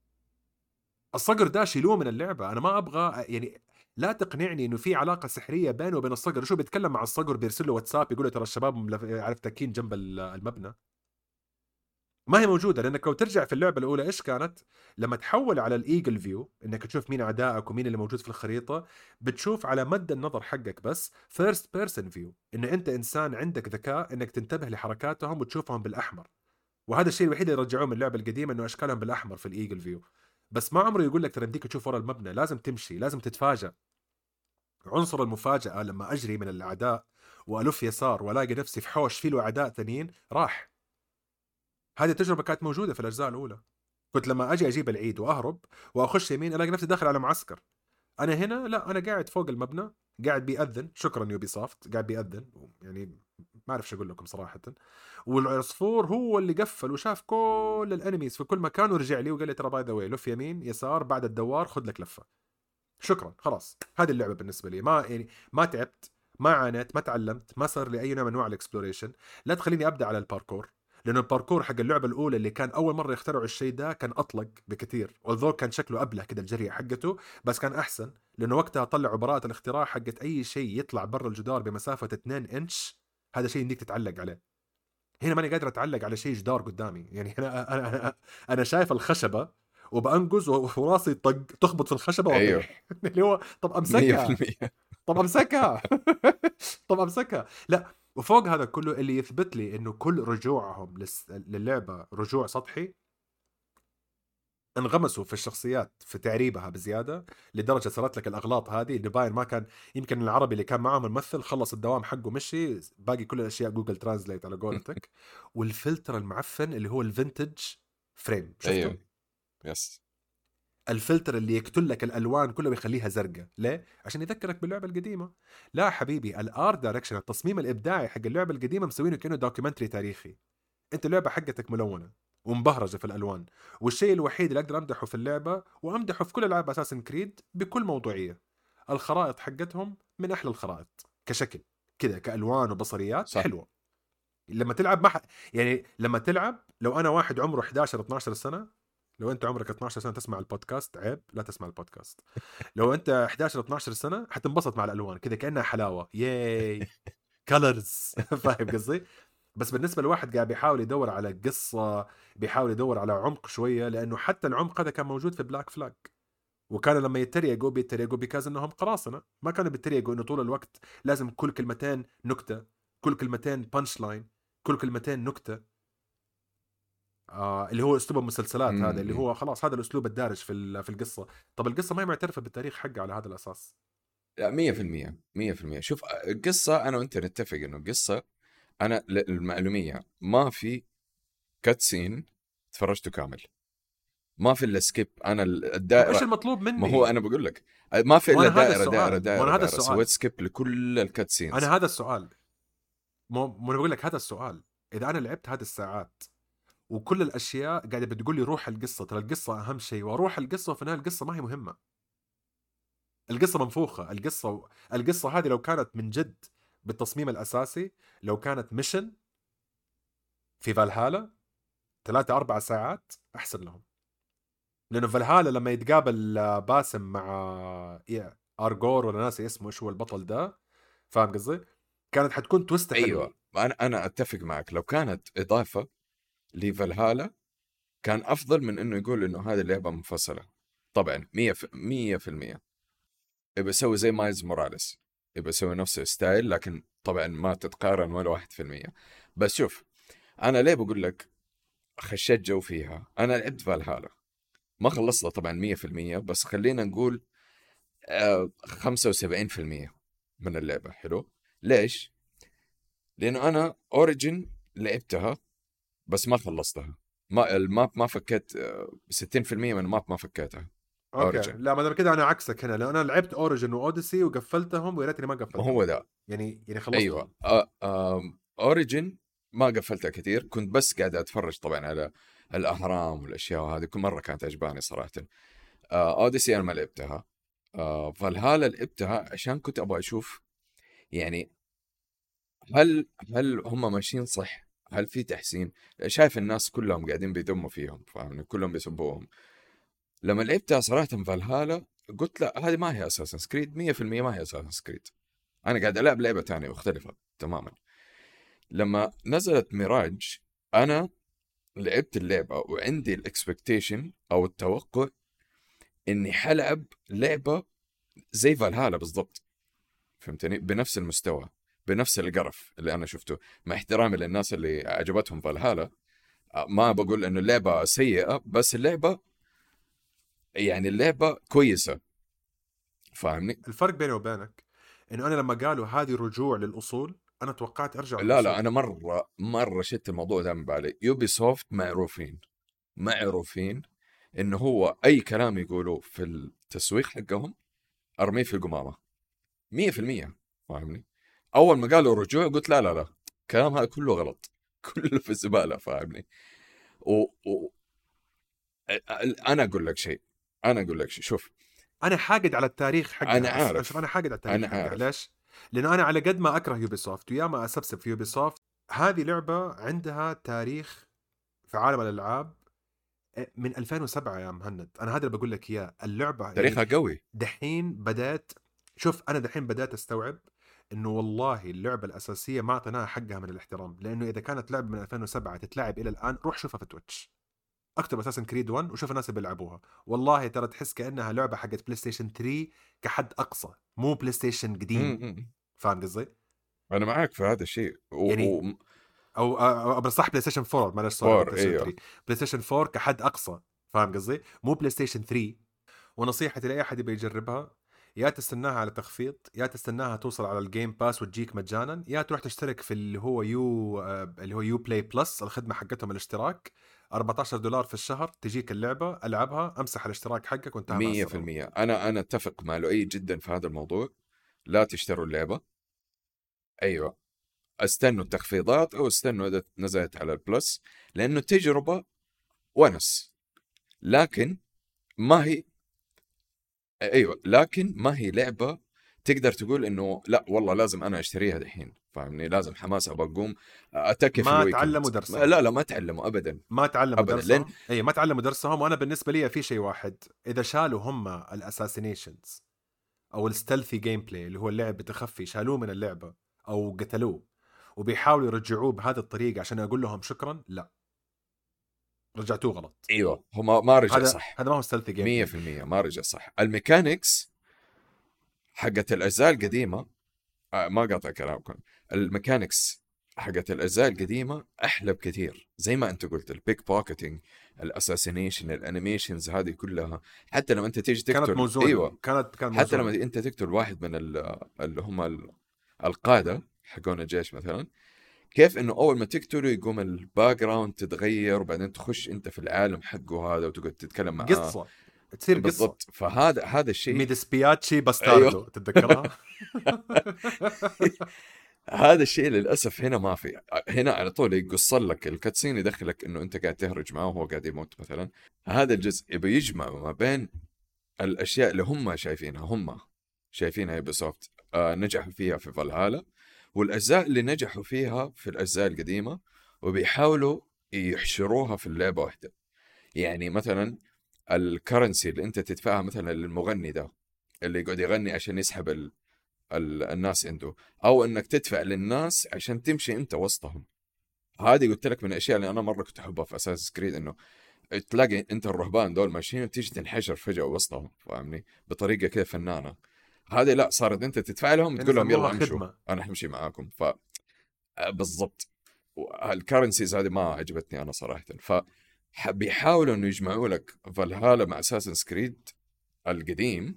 الصقر ده شيلوه من اللعبه، انا ما ابغى يعني، لا تقنعني انه في علاقه سحريه بينه وبين الصقر. شو بيتكلم مع الصقر، بيرسل له واتساب يقول له ترى الشباب عارف تاكين جنب المبنى. ما هي موجوده، لانك لو ترجع في اللعبه الاولى ايش كانت، لما تحول على الايجل فيو انك تشوف مين اعدائك ومين اللي موجود في الخريطه، بتشوف على مدى النظر حقك بس فيرست بيرسون فيو، ان انت انسان عندك ذكاء انك تنتبه لحركاتهم وتشوفهم بالاحمر. وهذا الشيء الوحيد اللي رجعوه من اللعبه القديمه، انه اشكالهم بالاحمر في الايجل فيو. بس ما عمره يقول لك ترى يمديك تشوف ورا المبنى، لازم تمشي، لازم تتفاجأ. عنصر المفاجأة لما اجري من الاعداء والف يسار والاقي نفسي في حوش فيه له اعداء ثانيين راح. هذه التجربة كانت موجودة في الأجزاء الأولى. كنت لما أجي أجيب العيد وأهرب وأخش يمين ألاقي نفسي داخل على معسكر. أنا هنا لا، أنا قاعد فوق المبنى قاعد بيأذن، شكرا يوبي سوفت، قاعد بيأذن يعني، ما أعرف شو أقول لكم صراحة. والعصفور هو اللي قفل وشاف كل الأنميز في كل مكان ورجع لي وقال لي ترى باي ذا واي لف يمين يسار بعد الدوار خذ لك لفة. شكرا خلاص، هذه اللعبة بالنسبة لي. ما يعني ما تعبت، ما عانيت، ما تعلمت، ما صار لي أي نوع من أنواع الإكسبلوريشن. لا تخليني أبدأ على الباركور، لأنه الباركور حق اللعبة الأولى اللي كان أول مرة يخترعوا الشيء ده كان أطلق بكثير، والذو كان شكله أبله كده الجرية حقته، بس كان أحسن لأنه وقتها طلعوا براءة الاختراع حقت أي شيء يطلع برا الجدار بمسافة 2 إنش، هذا شيء إنك تتعلق عليه. هنا ماني قادر أتعلق على شيء جدار قدامي، يعني أنا شايف الخشبة وبأنقز وراسي تخبط في الخشبة ايوه وأطيح اللي هو طب أمسكها، 100%. طب امسكها طب امسكها. لا، وفوق هذا كله اللي يثبت لي انه كل رجوعهم للعبه رجوع سطحي، انغمسوا في الشخصيات في تعريبها بزياده، لدرجه صارت لك الاغلاط هذه اللي باين ما كان. يمكن العربي اللي كان معهم الممثل خلص الدوام حقه مشي، باقي كل الاشياء جوجل ترانزليت على قولتك. والفلتر المعفن اللي هو الفينتج فريم، شفته؟ ايوه يس. الفلتر اللي يقتل لك الالوان كلها ويخليها زرقاء، ليه؟ عشان يذكرك باللعبه القديمه. لا حبيبي، الارت دايركشن، التصميم الابداعي حق اللعبه القديمه مسوينه كانه دوكيومنتري تاريخي. انت اللعبه حقتك ملونه ومبهرجه في الالوان، والشيء الوحيد اللي اقدر امدحه في اللعبه وامدحه في كل العاب اساسن كريد بكل موضوعيه، الخرائط حقتهم من احلى الخرائط كشكل كذا، كالوان وبصريات صح. حلوه. لما تلعب يعني لما تلعب، لو انا واحد عمره 11 12 سنه، لو انت عمرك 12 سنه تسمع البودكاست عيب لا تسمع البودكاست. لو انت 11 12 سنه حتنبسط مع الالوان كذا كانها حلاوه، ياي كلرز فاهم قصدي؟ بس بالنسبه لواحد قاعد بيحاول يدور على قصه، بيحاول يدور على عمق شويه، لانه حتى العمق هذا كان موجود في بلاك فلاج. وكانوا لما بيتريقوا بيكاز انهم قراصنه، ما كانوا بيتريقوا انه طول الوقت لازم كل كلمتين نكته، كل كلمتين بانش لاين، كل كلمتين نكته. اللي هو اسلوب المسلسلات هذا، اللي هو خلاص هذا الاسلوب الدارج في القصه. طب القصه ما هي معترفه بالتاريخ حقها على هذا الاساس. لا 100%. 100%. شوف القصة، أنا وأنت نتفق إنه القصة، أنا المعلومية ما في كاتسين تفرجته كامل، ما في إلا سكيب. أنا طب ايش الدائرة، المطلوب ما هو مني؟ أنا بقول لك ما في إلا وانا هذا دائرة دائرة السؤال، وانا دائرة هذا دائرة، سويت السؤال، سكيب لكل الكاتسينز. انا هذا السؤال، مو انا بقول لك هذا السؤال. اذا انا لعبت هذه الساعات وكل الاشياء قاعده بتقول لي روح القصه، ترى القصه اهم شيء، واروح القصه وفي النهايه القصه ما هي مهمه. القصه منفوخه. القصه هذه لو كانت من جد بالتصميم الاساسي، لو كانت ميشن في فالهالا 3-4 ساعات احسن لهم. لانه فالهالا لما يتقابل باسم مع ارجور ولا ناسي اسمه ايش هو البطل ده، فاهم قصدي؟ كانت حتكون تويست حلوه. أيوة، أنا أتفق معك. لو كانت إضافة لفالهالا كان أفضل من إنه يقول إنه هذه اللعبة منفصلة. طبعا 100%. يبي يسوي زي مايلز موراليس، يبي يسوي نفس الستايل، لكن طبعا ما تتقارن ولا 1%. بس شوف، أنا ليه بقول لك خشيت جو فيها؟ أنا لعبت فالهالا، ما خلصتها طبعا 100%، بس خلينا نقول 75% من اللعبة. حلو. ليش؟ لأنه أنا أوريجن لعبتها بس ما خلصتها. ما الماب ما فكيت 60% من الماب ما فكيتها. اوكي، أوريجن. لا ما دام كده انا عكسك هنا، لان انا لعبت اوريجن واوديسي وقفلتهم، ويا ريتني ما ما قفلتهم. هو ده. يعني خلصتهم. أيوة. أوريجن ما قفلتها كثير، كنت بس قاعد أتفرج طبعا على الأهرام والأشياء هذه، كل مرة كانت عجباني صراحة. أوديسي أنا ما لعبتها. فالهالة لعبتها عشان كنت أبغى أشوف يعني هل هم ماشيين صح؟ هل في تحسين؟ شايف الناس كلهم قاعدين بيذموا فيهم، فاهمني، كلهم بيسبوهم. لما لعبتها صراحة فالهالا قلت لا، هذه ما هي اساسن سكريد 100%، ما هي اساسن سكريد. انا قاعد العب لعبة ثانية مختلفة تماما. لما نزلت ميراج انا لعبت اللعبة وعندي الاكسبكتيشن او التوقع اني حلعب لعبة زي فالهالا بالضبط، فهمتني، بنفس المستوى، بنفس القرف اللي انا شفته. مع احترامي للناس اللي عجبتهم فالهالا، ما بقول انه اللعبة سيئة، بس اللعبة يعني اللعبة كويسة، فاهمني. الفرق بيني وبينك انه انا لما قالوا هذه رجوع للاصول، انا توقعت ارجع لا للاصول. انا مرة شدت الموضوع ده من بالي. يوبي سوفت معروفين انه هو اي كلام يقولوه في التسويق حقهم ارميه في القمامة 100%، فاهمني. اول ما قالوا رجوع قلت لا لا لا، الكلام هذا كله غلط كله في الزبالة، فاهمني. و... انا اقول لك شيء شوف. انا حاقد على التاريخ انا حقها. شوف، عارف انا حاقد على التاريخ انا حقها. عارف ليش؟ لانه انا على قد ما اكره يوبي سوفت ويا ما اسبسب في يوبي سوفت، هذه لعبه عندها تاريخ في عالم الالعاب من 2007 يا مهند. انا هذا اللي بقول لك اياه. اللعبه يعني تاريخها قوي. دحين بدات، شوف انا دحين بدات استوعب انه والله اللعبه الاساسيه ما اعطيناها حقها من الاحترام. لانه اذا كانت لعبه من 2007 تتلعب الى الان، روح شوفها في تويتش، اكتب اساسا كريد 1 وشوف الناس اللي بيلعبوها. والله ترى تحس كانها لعبه حقت بلاي ستيشن 3 كحد اقصى، مو بلاي ستيشن قديم. م. فاهم قصدي؟ انا معاك في هذا الشيء يعني او بصح بلاي ستيشن 4، معلش سوري، مو فور بلاي ستيشن ايوه. 3. بلاي ستيشن 4 كحد اقصى. فاهم قصدي؟ مو بلاي ستيشن 3. ونصيحتي لاي احد يبي يجربها، يا تستناها على تخفيض، يا تستناها توصل على الجيم باس وتجيك مجانا، يا تروح تشترك في اللي هو يو بلاي بلس، الخدمه حقتهم الاشتراك $14 في الشهر، تجيك اللعبه، العبها، امسح الاشتراك حقك وانتهى مع السلامه. 100% أنا أتفق مع لؤي جدا في هذا الموضوع. لا تشتروا اللعبة. أيوة، استنوا التخفيضات أو استنوا إذا نزلت على البلس، لأنه تجربة ونس. لكن ما هي، أيوة لكن ما هي لعبة تقدر تقول إنه لا والله لازم أنا أشتريها دحين، فاهمني، لازم حماس أبغى أقوم أتكي في ما الويكند. تعلموا درسهم. لا لا، ما تعلموا أبدا. ما تعلموا أبدا لين درسهم، اي ما تعلموا درسهم. وانا بالنسبه لي في شيء واحد، اذا شالوا هم الاساسينيشنز او الستلثي جيم بلاي اللي هو اللعب بتخفي، شالوه من اللعبه او قتلوه وبيحاولوا يرجعوه بهذه الطريقه عشان اقول لهم شكرا، لا، رجعتوه غلط. أيوة هو ما رجع هذا صح. هذا ما هو ستلثي جيم بلاي. 100% ما رجع صح. الميكانيكس حقت الأجزاء القديمة، ما قاطع كلامكم، الميكانكس حقت الاجزاء القديمه احلى بكثير. زي ما انت قلت، البيك بوكيتنج، الاساسينيشن، الانيميشنز هذه كلها. حتى لما انت تيجي كانت تقتل، موزونه، ايوه، كانت حتى لما موزونه. انت تقتل واحد من اللي هم القاده حقون الجيش مثلا، كيف انه اول ما تقتله يقوم الباك جراوند تتغير، وبعدين تخش انت في العالم حقه هذا وتقعد تتكلم معاه. قصه، تصير قصه. بالضبط، فهذا الشيء. ميد سبياتشي ايوه. باستاردو، تتذكرها؟ هذا الشيء للاسف هنا ما في. هنا على طول يقص لك الكاتسين، يدخلك انه انت قاعد تهرج معه وهو قاعد يموت مثلا. هذا الجزء يبي يجمع ما بين الاشياء اللي هم شايفينها يوبي سوفت نجحوا فيها في فالهالا، والاجزاء اللي نجحوا فيها في الاجزاء القديمه، وبيحاولوا يحشروها في اللعبه واحده. يعني مثلا الكرنسي اللي انت تدفعها مثلا للمغني ده اللي يقعد يغني عشان يسحب الناس عنده، او انك تدفع للناس عشان تمشي انت وسطهم. هذه قلت لك من الاشياء اللي انا مره كنت احبها في اساس كريد، انه تلاقي انت الرهبان دول ماشيين وتيجي تنحشر فجاه وسطهم، فاهمني، بطريقه كذا فنانه. هذه لا، صارت انت تدفع لهم يعني تقول لهم سموها يلا امشوا، خدمه. انا حمشي معاكم. بالضبط. الكرنسيز هذه ما عجبتني انا صراحه. بيحاولوا انه يجمعوا لك فالهالا مع اساسن كريد القديم،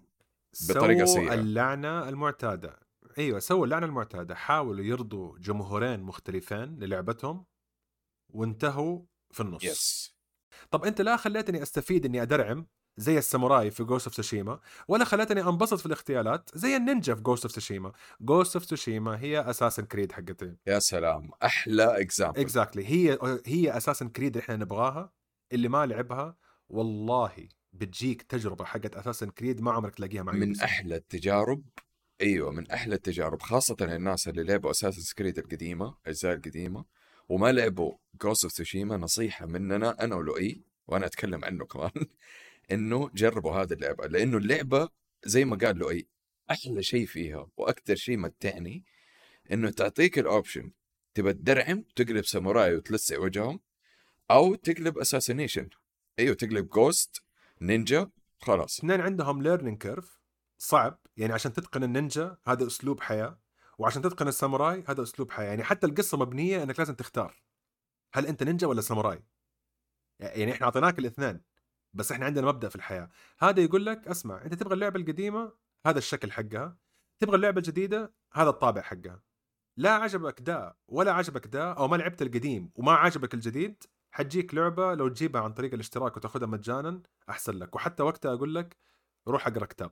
بطريقة سووا سيئة. اللعنة المعتادة. ايوه سووا اللعنة المعتادة، حاولوا يرضوا جمهورين مختلفين للعبتهم وانتهوا في النص. يس. طب انت لا خليتني استفيد اني ادرعم زي الساموراي في جوست اوف تسوشيما، ولا خلتني انبسط في الاغتيالات زي النينجا في جوست اوف تسوشيما. جوست اوف تسوشيما هي اساسن كريد حقتي. يا سلام، أحلى إكزامبل. اكزاكتلي هي اساسن كريد اللي احنا نبغاها. اللي ما لعبها والله بتجيك تجربة حقت اساسن كريد ما عمرك تلاقيها مع من يوبيسوفت. أحلى التجارب. أيوة، من أحلى التجارب، خاصة الناس اللي لعبوا أساسن كريد القديمة، الأجزاء القديمة، وما لعبوا جوست اوف تسوشيما. نصيحة مننا أنا ولؤي، وأنا أتكلم عنه كمان إنه جربوا هذه اللعبة، لأنه اللعبة زي ما قال لؤي، أحلى شيء فيها وأكثر شيء متعني إنه تعطيك الأوبشن، تبى تدرعم تقلب ساموراي وتلسع وجههم، أو تقلب أساسينيشن. أيوة، تقلب جوست نينجا، خلاص. اثنين عندهم ليرنينج كيرف صعب، يعني عشان تتقن النينجا هذا اسلوب حياة، وعشان تتقن الساموراي هذا اسلوب حياة. يعني حتى القصة مبنية انك لازم تختار هل انت نينجا ولا ساموراي. يعني احنا اعطيناك الاثنين، بس احنا عندنا مبدأ في الحياة. هذا يقول لك اسمع، انت تبغى اللعبة القديمة هذا الشكل حقها، تبغى اللعبة الجديدة هذا الطابع حقها. لا عجبك ده ولا عجبك ده، او ما لعبت القديم وما عجبك الجديد، حتجيك لعبة لو تجيبها عن طريق الاشتراك وتاخذها مجانا احسن لك. وحتى وقتها اقول لك روح اقرا كتاب،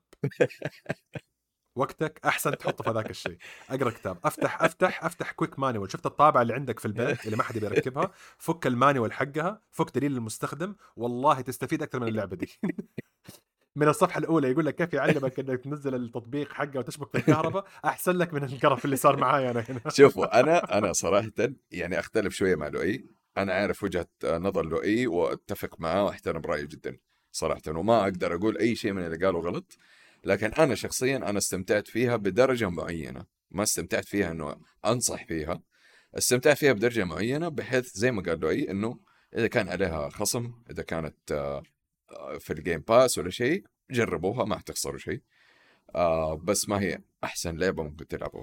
وقتك احسن تحطه في ذاك الشيء. اقرا كتاب، افتح كويك مانيوال. شفت الطابعه اللي عندك في البيت اللي ما حد بيركبها؟ فك المانيوال حقها، فك دليل المستخدم، والله تستفيد اكثر من اللعبه دي. من الصفحه الاولى يقول لك كيف يعلمك انك تنزل التطبيق حقه وتشبك في الكهرباء، احسن لك من القرف اللي صار معاي انا هنا. شوفوا، أنا صراحة يعني أختلف شوية مع لؤي. أنا عارف وجهة نظر لؤي وأتفق معاه وأحترم رأيه جدا صراحة، وما أقدر أقول أي شيء من اللي قاله غلط. لكن أنا شخصيا أنا استمتعت فيها بدرجة معينة، ما استمتعت فيها إنه أنصح فيها. استمتعت فيها بدرجة معينة، بحيث زي ما قال لؤي إنه إذا كان عليها خصم، إذا كانت في الجيم باس ولا شيء، جربوها ما حتخسروا شيء. بس ما هي أحسن لعبة ممكن تلعبوها.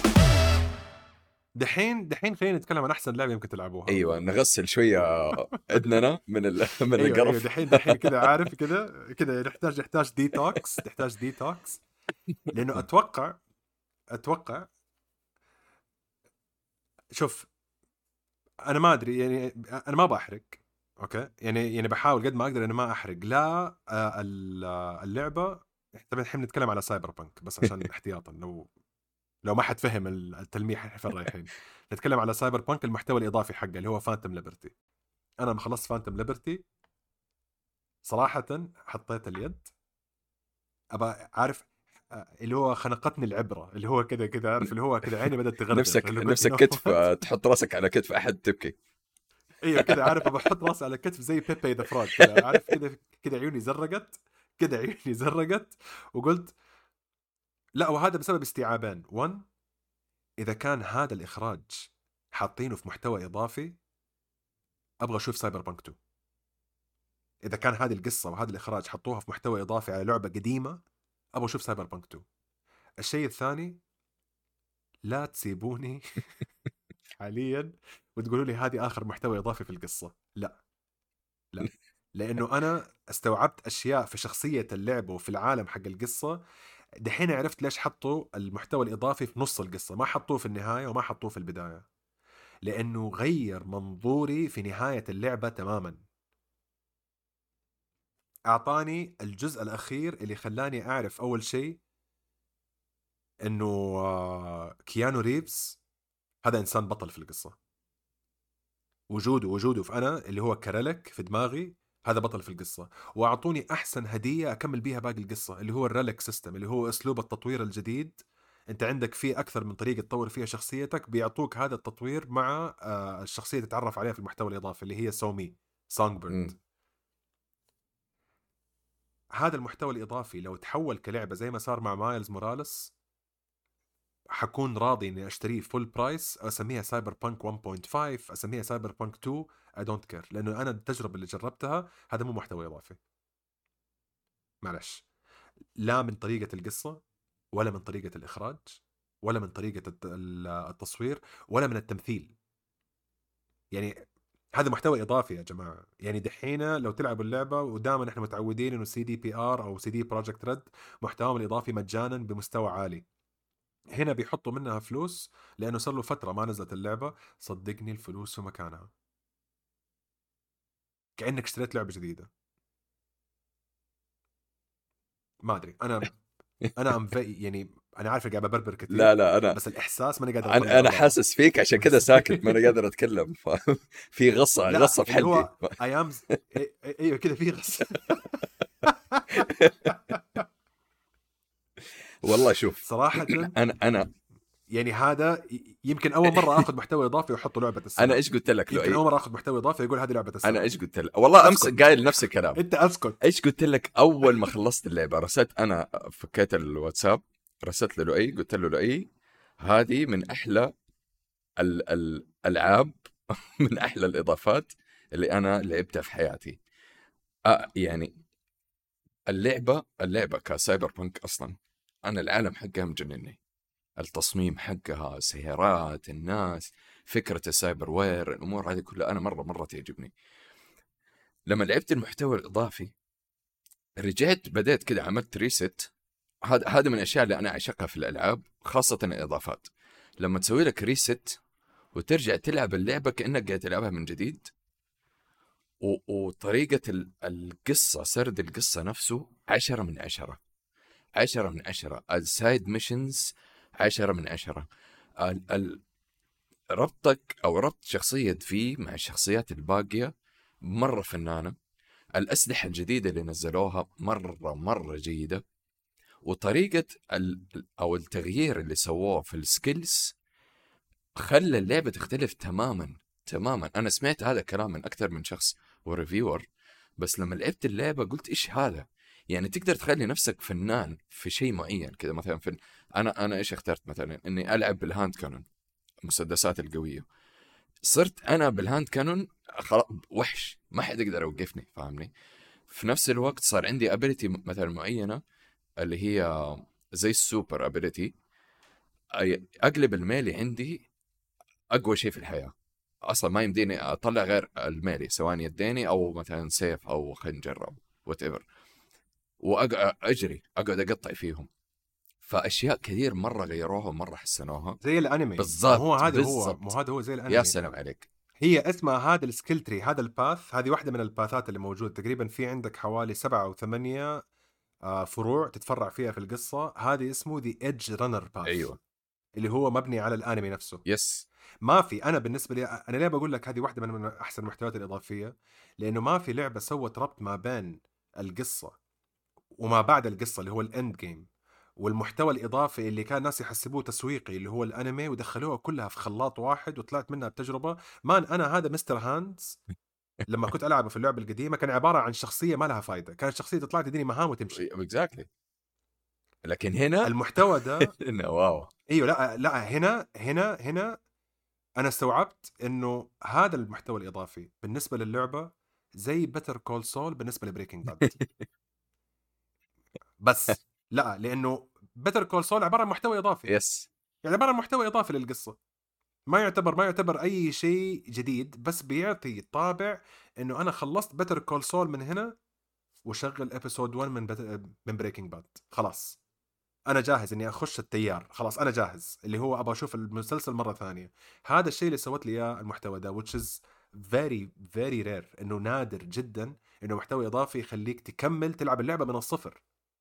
دحين خلينا نتكلم عن احسن لعبه يمكن تلعبوها. ايوه، نغسل شويه اذننا من ايوه ايوه القرف. دحين كده عارف كده نحتاج ديتوكس، نحتاج ديتوكس. لانه اتوقع شوف، انا ما ادري يعني، انا ما بحرق اوكي، يعني بحاول قد ما اقدر اني ما احرق لا اللعبه. طبعا الحين نتكلم على سايبر بانك بس عشان احتياطا، لو ما حد فهم التلميح احنا فين رايحين. نتكلم على سايبر بانك المحتوى الاضافي حقه اللي هو فانتوم ليبرتي. انا لما خلصت فانتوم ليبرتي صراحه حطيت اليد، ابى عارف اللي هو خنقتني العبره، اللي هو كذا عارف، اللي هو كذا عيني بدات تغرغر اللي قلت نفسك كتف، تحط راسك على كتف احد تبكي. ايوه كذا عارف، بحط راسي على كتف زي بيبي ذا فروغ كذا عارف، كذا عيوني زرقت، كذا عيوني زرقت. وقلت لا، وهذا بسبب استيعابين. 1، اذا كان هذا الاخراج حاطينه في محتوى اضافي ابغى اشوف سايبر بانك 2. اذا كان هذه القصه وهذا الاخراج حطوها في محتوى اضافي على لعبه قديمه ابغى اشوف سايبر بانك 2. الشيء الثاني، لا تسيبوني حاليا وتقولوا لي هذه اخر محتوى اضافي في القصه. لا، لانه انا استوعبت اشياء في شخصيه اللعبه وفي العالم حق القصه. دحين عرفت ليش حطوا المحتوى الاضافي في نص القصه، ما حطوه في النهايه وما حطوه في البدايه، لانه غير منظوري في نهايه اللعبه تماما. اعطاني الجزء الاخير اللي خلاني اعرف اول شيء انه كيانو ريفز هذا انسان بطل في القصه. وجوده في انا اللي هو كرلك في دماغي هذا بطل في القصة. وأعطوني أحسن هدية أكمل بيها باقي القصة اللي هو الريلك سيستم، اللي هو أسلوب التطوير الجديد. أنت عندك فيه أكثر من طريقة تطور فيها شخصيتك، بيعطوك هذا التطوير مع الشخصية تتعرف عليها في المحتوى الإضافي اللي هي سومي سونج بيرد. مم. هذا المحتوى الإضافي لو تحول كلعبة زي ما صار مع مايلز موراليس حكون راضي اني اشتريه فول برايس، اسميها سايبر بانك 1.5، اسميها سايبر بانك 2، اي دونت كير، لانه انا التجربه اللي جربتها هذا مو محتوى اضافي. معلش، لا من طريقه القصه، ولا من طريقه الاخراج، ولا من طريقه التصوير، ولا من التمثيل. يعني هذا محتوى اضافي يا جماعه. يعني دحين لو تلعبوا اللعبه، ودائما احنا متعودين انه سي دي بي ار او سي دي بروجكت ريد محتواهم الاضافي مجانا بمستوى عالي، هنا بيحطوا منها فلوس لانه صار له فتره ما نزلت اللعبه. صدقني الفلوس في مكانها، كانك اشتريت لعبه جديده. ما ادري، انا يعني انا عارف قاعد ببربر لا كثير، لا، انا بس الاحساس ماني قادر انا اطلعه انا برا. حاسس فيك، عشان كذا بس ساكت، ما انا قادر اتكلم. في لا، غصه في اللي حلقي. هو ايامز، ايوه كذا في غص. والله شوف، صراحه انا يعني هذا يمكن اول مره اخذ محتوى اضافي واحطه لعبه انا السنه. ايش قلت لك يمكن اول لؤي؟ مره اخذ محتوى اضافي يقول هذه لعبه انا السنه. ايش قلت لك؟ والله امس اسكت. قايل نفس الكلام. انت اسكت. ايش قلت لك اول ما خلصت اللعبه؟ رسلت انا، فكيت الواتساب، رسلت لؤي، قلت له لؤي هذه من احلى الالعاب من احلى الاضافات اللي انا لعبتها في حياتي. يعني اللعبه كسايبر بانك اصلا، انا العالم حقها مجنني. التصميم حقها، سيارات، الناس، فكره السايبر وير، الامور هذه كلها انا مره تعجبني. لما لعبت المحتوى الاضافي، رجعت بديت كده، عملت ريست. هذا من الاشياء اللي انا اعشقها في الالعاب، خاصه الاضافات. لما تسوي لك ريست وترجع تلعب اللعبه كانك قاعد تلعبها من جديد، وطريقه القصه، سرد القصه نفسه 10 من 10. 10 من 10. السايد ميشنز 10 من 10. ربطك او ربط شخصيه في مع الشخصيات الباقيه مره فنانه. الاسلحه الجديده اللي نزلوها مره جيده. وطريقة أو التغيير اللي سووه في السكيلز خلى اللعبة تختلف تماما. أنا سمعت هذا الكلام من أكثر من شخص وريفيور، بس لما لعبت اللعبة قلت إيش هذا؟ يعني تقدر تخلي نفسك فنان في شيء معين كذا. مثلا أنا إيش اخترت؟ مثلا إني ألعب بالهاند كانون، المسدسات القوية. صرت أنا بالهاند كانون وحش، ما حد يقدر يوقفني، فاهمني؟ في نفس الوقت صار عندي ابيلتي مثلا معينة، اللي هي زي السوبر ابيليتي. اقلب الميلي عندي اقوى شيء في الحياه. اصلا ما يمديني اطلع غير الميلي، سواء يديني او مثلا سيف او خنجر او وات ايفر. واجري اقعد اقطع فيهم. فاشياء كثير مره غيروها ومره حسنوها. زي الانمي، ما هو بالضبط هذا هو، مو بالضبط. هذا هو زي يا الانمي. سلام عليك. هي اسمها هذا السكيل تري، هذا الباث، هذه واحده من الباثات اللي موجود تقريبا. في عندك حوالي 7 أو 8 فروع تتفرع فيها في القصه. هذه اسمه ذا ايدج رانر باث، ايوه. اللي هو مبني على الانمي نفسه. يس. ما في، انا بالنسبه لي انا ليه بقول لك هذه واحده من احسن المحتويات الاضافيه، لانه ما في لعبه سوت ربط ما بين القصه وما بعد القصه اللي هو الاند جيم، والمحتوى الاضافي اللي كان الناس يحسبوه تسويقي اللي هو الانمي، ودخلوها كلها في خلاط واحد وطلعت منها بتجربه. مان انا هذا مستر هاندز لما كنت العبه في اللعبه القديمه كان عباره عن شخصيه ما لها فايده، كانت شخصيه تطلع تديني مهام وتمشي. اكزاكتلي. لكن هنا المحتوى ده، واو. ايوه، لا هنا انا استوعبت انه هذا المحتوى الاضافي بالنسبه للعبه زي بيتر كول سول بالنسبه لبريكنج باد. بس لا، لانه بيتر كول سول عباره عن محتوى اضافي، يس. يعني عباره عن محتوى اضافي للقصه. ما يعتبر اي شيء جديد، بس بيعطي طابع انه انا خلصت بيتر كول سول من هنا وشغل ابيسود 1 من بريكنج باد. خلاص انا جاهز اني اخش التيار، خلاص انا جاهز اللي هو ابغى اشوف المسلسل مره ثانيه. هذا الشيء اللي سوت لي اياه المحتوى ده، which is very very rare، انه نادر جدا انه محتوى اضافي يخليك تكمل تلعب اللعبه من الصفر.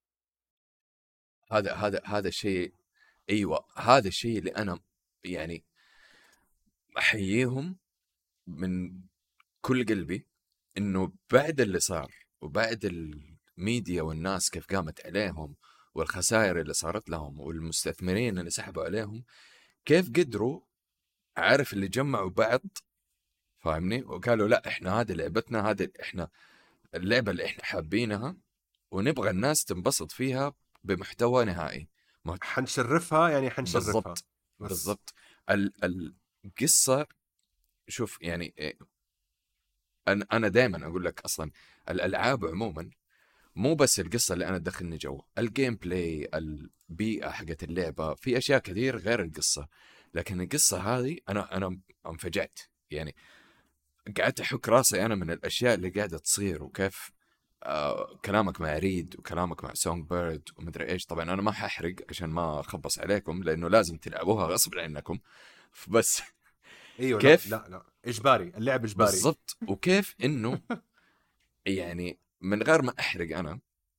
هذا الشيء. ايوه، هذا الشيء اللي انا يعني احييهم من كل قلبي، انه بعد اللي صار وبعد الميديا والناس كيف قامت عليهم، والخسائر اللي صارت لهم والمستثمرين اللي سحبوا عليهم، كيف قدروا، عارف، اللي جمعوا بعض، فاهمني، وقالوا لا احنا هذه لعبتنا، هذه احنا اللعبة اللي احنا حابينها، ونبغى الناس تنبسط فيها بمحتوى نهائي. حنشرفها، يعني حنشرفها. بالضبط بس بالضبط. القصة، شوف يعني انا دائما اقول لك اصلا الالعاب عموما مو بس القصة اللي انا تدخلني جو، الجيم بلاي، البيئة حقت اللعبة، في اشياء كثير غير القصة. لكن القصة هذه انا انفجعت يعني. قعدت احك راسي انا من الاشياء اللي قاعده تصير، وكيف كلامك مع ريد وكلامك مع سونج بيرد ومدري ايش. طبعا انا ما ححرق عشان ما اخبص عليكم، لانه لازم تلعبوها غصب عنكم. بس ايوه، لا كيف لا لا، اجباري، اللعب اجباري. بالضبط، وكيف انه يعني من غير ما احرق انا،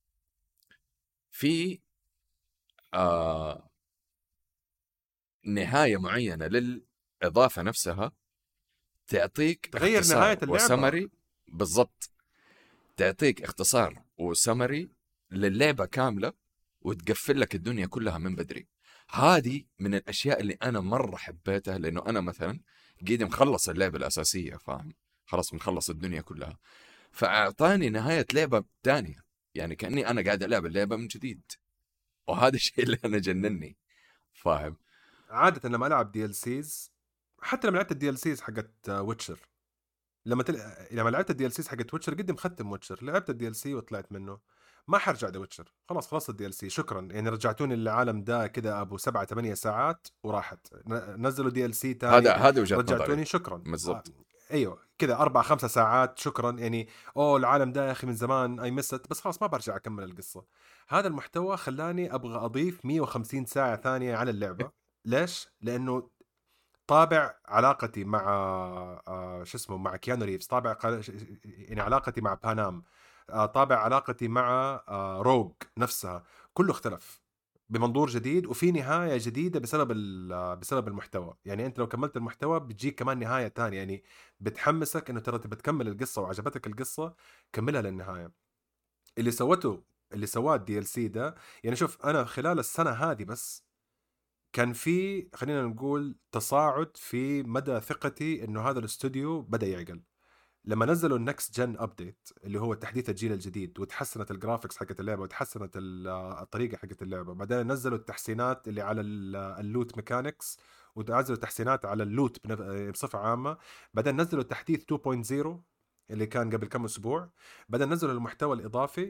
في آه نهاية معينة للإضافة نفسها تعطيك تغير نهايه اختصار اللعبه. وسمري. بالضبط، تعطيك اختصار وسمري للعبة كاملة، وتقفل لك الدنيا كلها من بدري. هذه من الأشياء اللي أنا مرة حبيتها، لأنه أنا مثلا قيد مخلص اللعبة الأساسية، فاهم؟ خلاص مخلص الدنيا كلها، فأعطاني نهاية لعبة تانية، يعني كأني أنا قاعد ألعب اللعبة من جديد. وهذا الشيء اللي أنا جنني، فاهم؟ عاده لما العب دي ال سيز، حتى لما لعبت الدي ال سيز حقت ويتشر، لما لعبت الدي ال سيز حقت ويتشر، قد مختم ويتشر، لعبت الدي ال سي وطلعت منه، ما حرجع ذا ويتشر، خلاص خلصت الدي ال سي شكرا. يعني رجعتوني للعالم ده كده ابو 7 8 ساعات وراحت، نزلوا دي ال سي هذا تاني، هذا وجهة نظري. رجعتوني شكرا. بالضبط. ايوه كده 4 5 ساعات شكرا يعني. اوه العالم ده يا اخي من زمان اي مست، بس خلاص ما برجع اكمل القصه. هذا المحتوى خلاني ابغى اضيف 150 ساعه ثانيه على اللعبه. ليش؟ لانه طابع علاقتي مع شو اسمه، مع كيانو ريفز، طابع يعني علاقتي مع بانام، طابع علاقتي مع روج نفسها، كله اختلف بمنظور جديد، وفي نهاية جديدة بسبب بسبب المحتوى. يعني انت لو كملت المحتوى بتجيك كمان نهاية تانية، يعني بتحمسك انه ترى تبى تكمل القصة وعجبتك القصة، كملها للنهاية. اللي سوته اللي سواه الدي ال سي ده، يعني شوف انا خلال السنة هذه بس كان في، خلينا نقول، تصاعد في مدى ثقتي انه هذا الاستوديو بدأ يعقل. لما نزلوا النكست جن ابديت اللي هو تحديث الجيل الجديد، وتحسنت الجرافيكس حقت اللعبه، وتحسنت الطريقه حقت اللعبه، بعدين نزلوا التحسينات اللي على اللوت ميكانكس، ونزلوا تحسينات على اللوت بصفه عامه، بعدين نزلوا التحديث 2.0 اللي كان قبل كم اسبوع، بعدين نزلوا المحتوى الاضافي،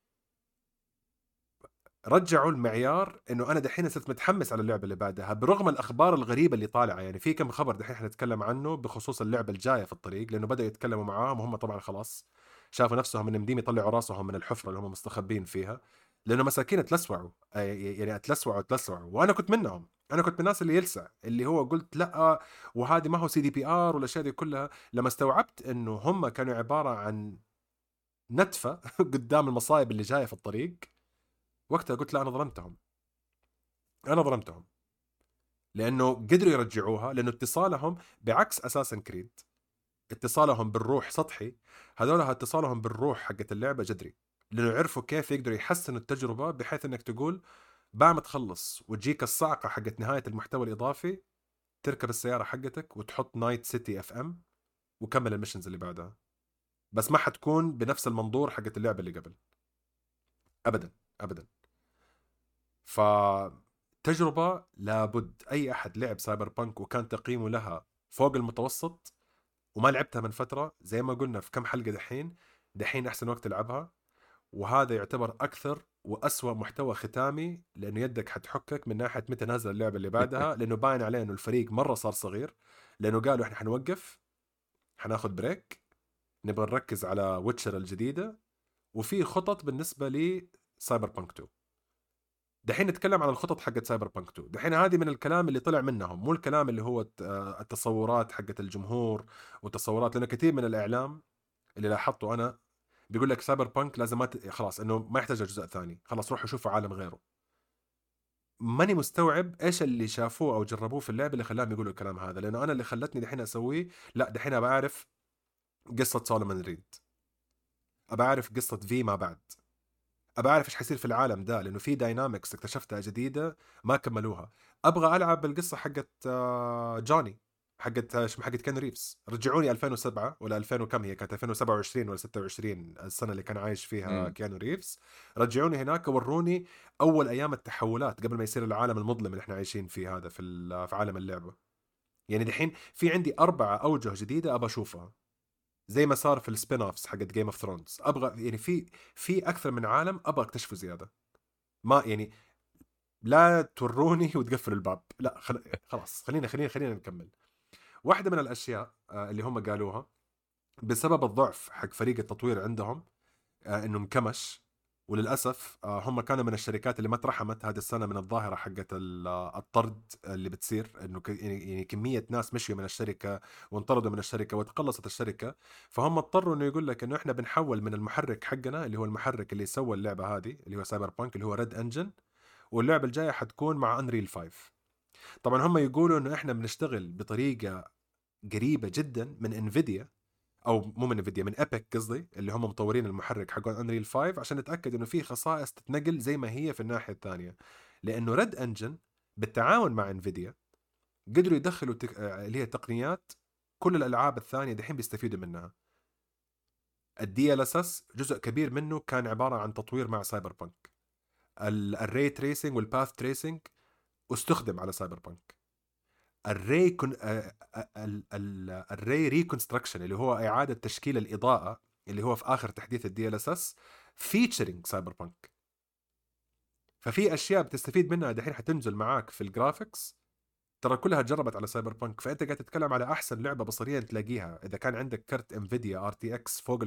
رجعوا المعيار انه انا دحين صرت متحمس على اللعبه اللي بعدها، برغم الاخبار الغريبه اللي طالعه. يعني في كم خبر دحين حنتكلم عنه بخصوص اللعبه الجايه في الطريق، لانه بداوا يتكلموا معاهم وهم طبعا خلاص شافوا نفسهم ان مديم يطلعوا راسهم من الحفره اللي هم مستخبين فيها، لانه مساكين اتلسعوا، يعني اتلسعوا. وانا كنت منهم، انا كنت من الناس اللي يلسع، اللي هو قلت لا، وهذه ما هو سي دي بي ار والاشياء دي كلها. لما استوعبت انه هم كانوا عباره عن نتفه قدام المصايب اللي جايه في الطريق، وقتها قلت لا، انا ظلمتهم. لانه قدروا يرجعوها، لانه اتصالهم بعكس اساسن كريد، اتصالهم بالروح سطحي، هذول اتصالهم بالروح حقت اللعبه جذري، لانه عرفوا كيف يقدروا يحسنوا التجربه، بحيث انك تقول بعد ما تخلص وتجيك الصعقه حقت نهايه المحتوى الاضافي، تركب السياره حقتك وتحط نايت سيتي اف ام وكمل المشنز اللي بعدها، بس ما حتكون بنفس المنظور حقت اللعبه اللي قبل، ابدا ابدا. فتجربة لابد أي أحد لعب سايبر بانك وكان تقييمه لها فوق المتوسط، وما لعبتها من فترة زي ما قلنا في كم حلقة، دحين أحسن وقت تلعبها. وهذا يعتبر أكثر وأسوأ محتوى ختامي، لأنه يدك حتحكك من ناحية متى نازل اللعبة اللي بعدها، لأنه باين عليه أنه الفريق مرة صار صغير، لأنه قالوا إحنا حنوقف، حناخد بريك، نبغى نركز على ويتشر الجديدة، وفي خطط بالنسبة لي سايبر بانك 2. دحين نتكلم عن الخطط حقت سايبر بانك 2. دحين هذه من الكلام اللي طلع منهم، مو الكلام اللي هو التصورات حقت الجمهور والتصورات، لأنه كثير من الإعلام اللي لاحظته أنا بيقول لك سايبر بانك لازم ما خلاص إنه ما يحتاج جزء ثاني، خلاص روحوا شوفوا عالم غيره. ماني مستوعب ايش اللي شافوه او جربوه في اللعبه اللي خلاهم يقولوا الكلام هذا، لانه انا اللي خلتني دحين اسويه، لا دحين ابى اعرف قصه سولومون ريد، ابى اعرف قصه في ما بعد، ابى اعرف ايش حيصير في العالم ده، لانه في داينامكس اكتشفتها جديده ما كملوها. ابغى العب بالقصه حقت جوني، حقت كان ريفز. رجعوني 2007 ولا 2000 وكم، هي كانت 2027 ولا 26 السنه اللي كان عايش فيها مم. كيانو ريفز. رجعوني هناك وروني اول ايام التحولات قبل ما يصير العالم المظلم اللي احنا عايشين فيه هذا في في عالم اللعبه. يعني دحين في عندي 4 اوجه جديده ابى اشوفها، زي ما صار في السبين اوفس حقت جيم اوف ثرونز. ابغى يعني في اكثر من عالم ابغى اكتشفه زياده. ما يعني لا توروني وتقفل الباب، لا خلاص خلينا نكمل. واحده من الاشياء اللي هم قالوها بسبب الضعف حق فريق التطوير عندهم، انه مكمش. وللاسف هم كانوا من الشركات اللي ما ترحمت هذه السنه من الظاهره حقت الطرد اللي بتصير، انه يعني كميه ناس مشيوا من الشركه وانطردوا من الشركه وتقلصت الشركه. فهم اضطروا انه يقول لك انه احنا بنحول من المحرك حقنا اللي هو المحرك اللي سوى اللعبه هذه اللي هو سايبر بانك اللي هو ريد انجن، واللعبه الجايه حتكون مع انريل 5. طبعا هم يقولوا انه احنا بنشتغل بطريقه قريبه جدا من انفيديا، او مو من انفيديا، من ايبك قصدي، اللي هم مطورين المحرك حق انريل 5، عشان نتاكد انه في خصائص تتنقل زي ما هي في الناحيه الثانيه. لانه ريد انجن بالتعاون مع انفيديا قدروا يدخلوا اللي هي تقنيات كل الالعاب الثانيه دحين بيستفيدوا منها. الدي ال اس اس جزء كبير منه كان عباره عن تطوير مع سايبر بانك. الري تريسنج والباث تريسنج استخدم على سايبر بانك. الري كن... الري ريكونستراكشن اللي هو اعاده تشكيل الاضاءه اللي هو في اخر تحديث الدي ال اس اس فيتشرنج سايبر بانك. ففي اشياء بتستفيد منها دحين حتنزل معاك في الجرافيكس ترى كلها جربت على سايبر بانك. فانت قاعد تتكلم على احسن لعبه بصريا تلاقيها اذا كان عندك كرت انفيديا ار تي اكس فوق ال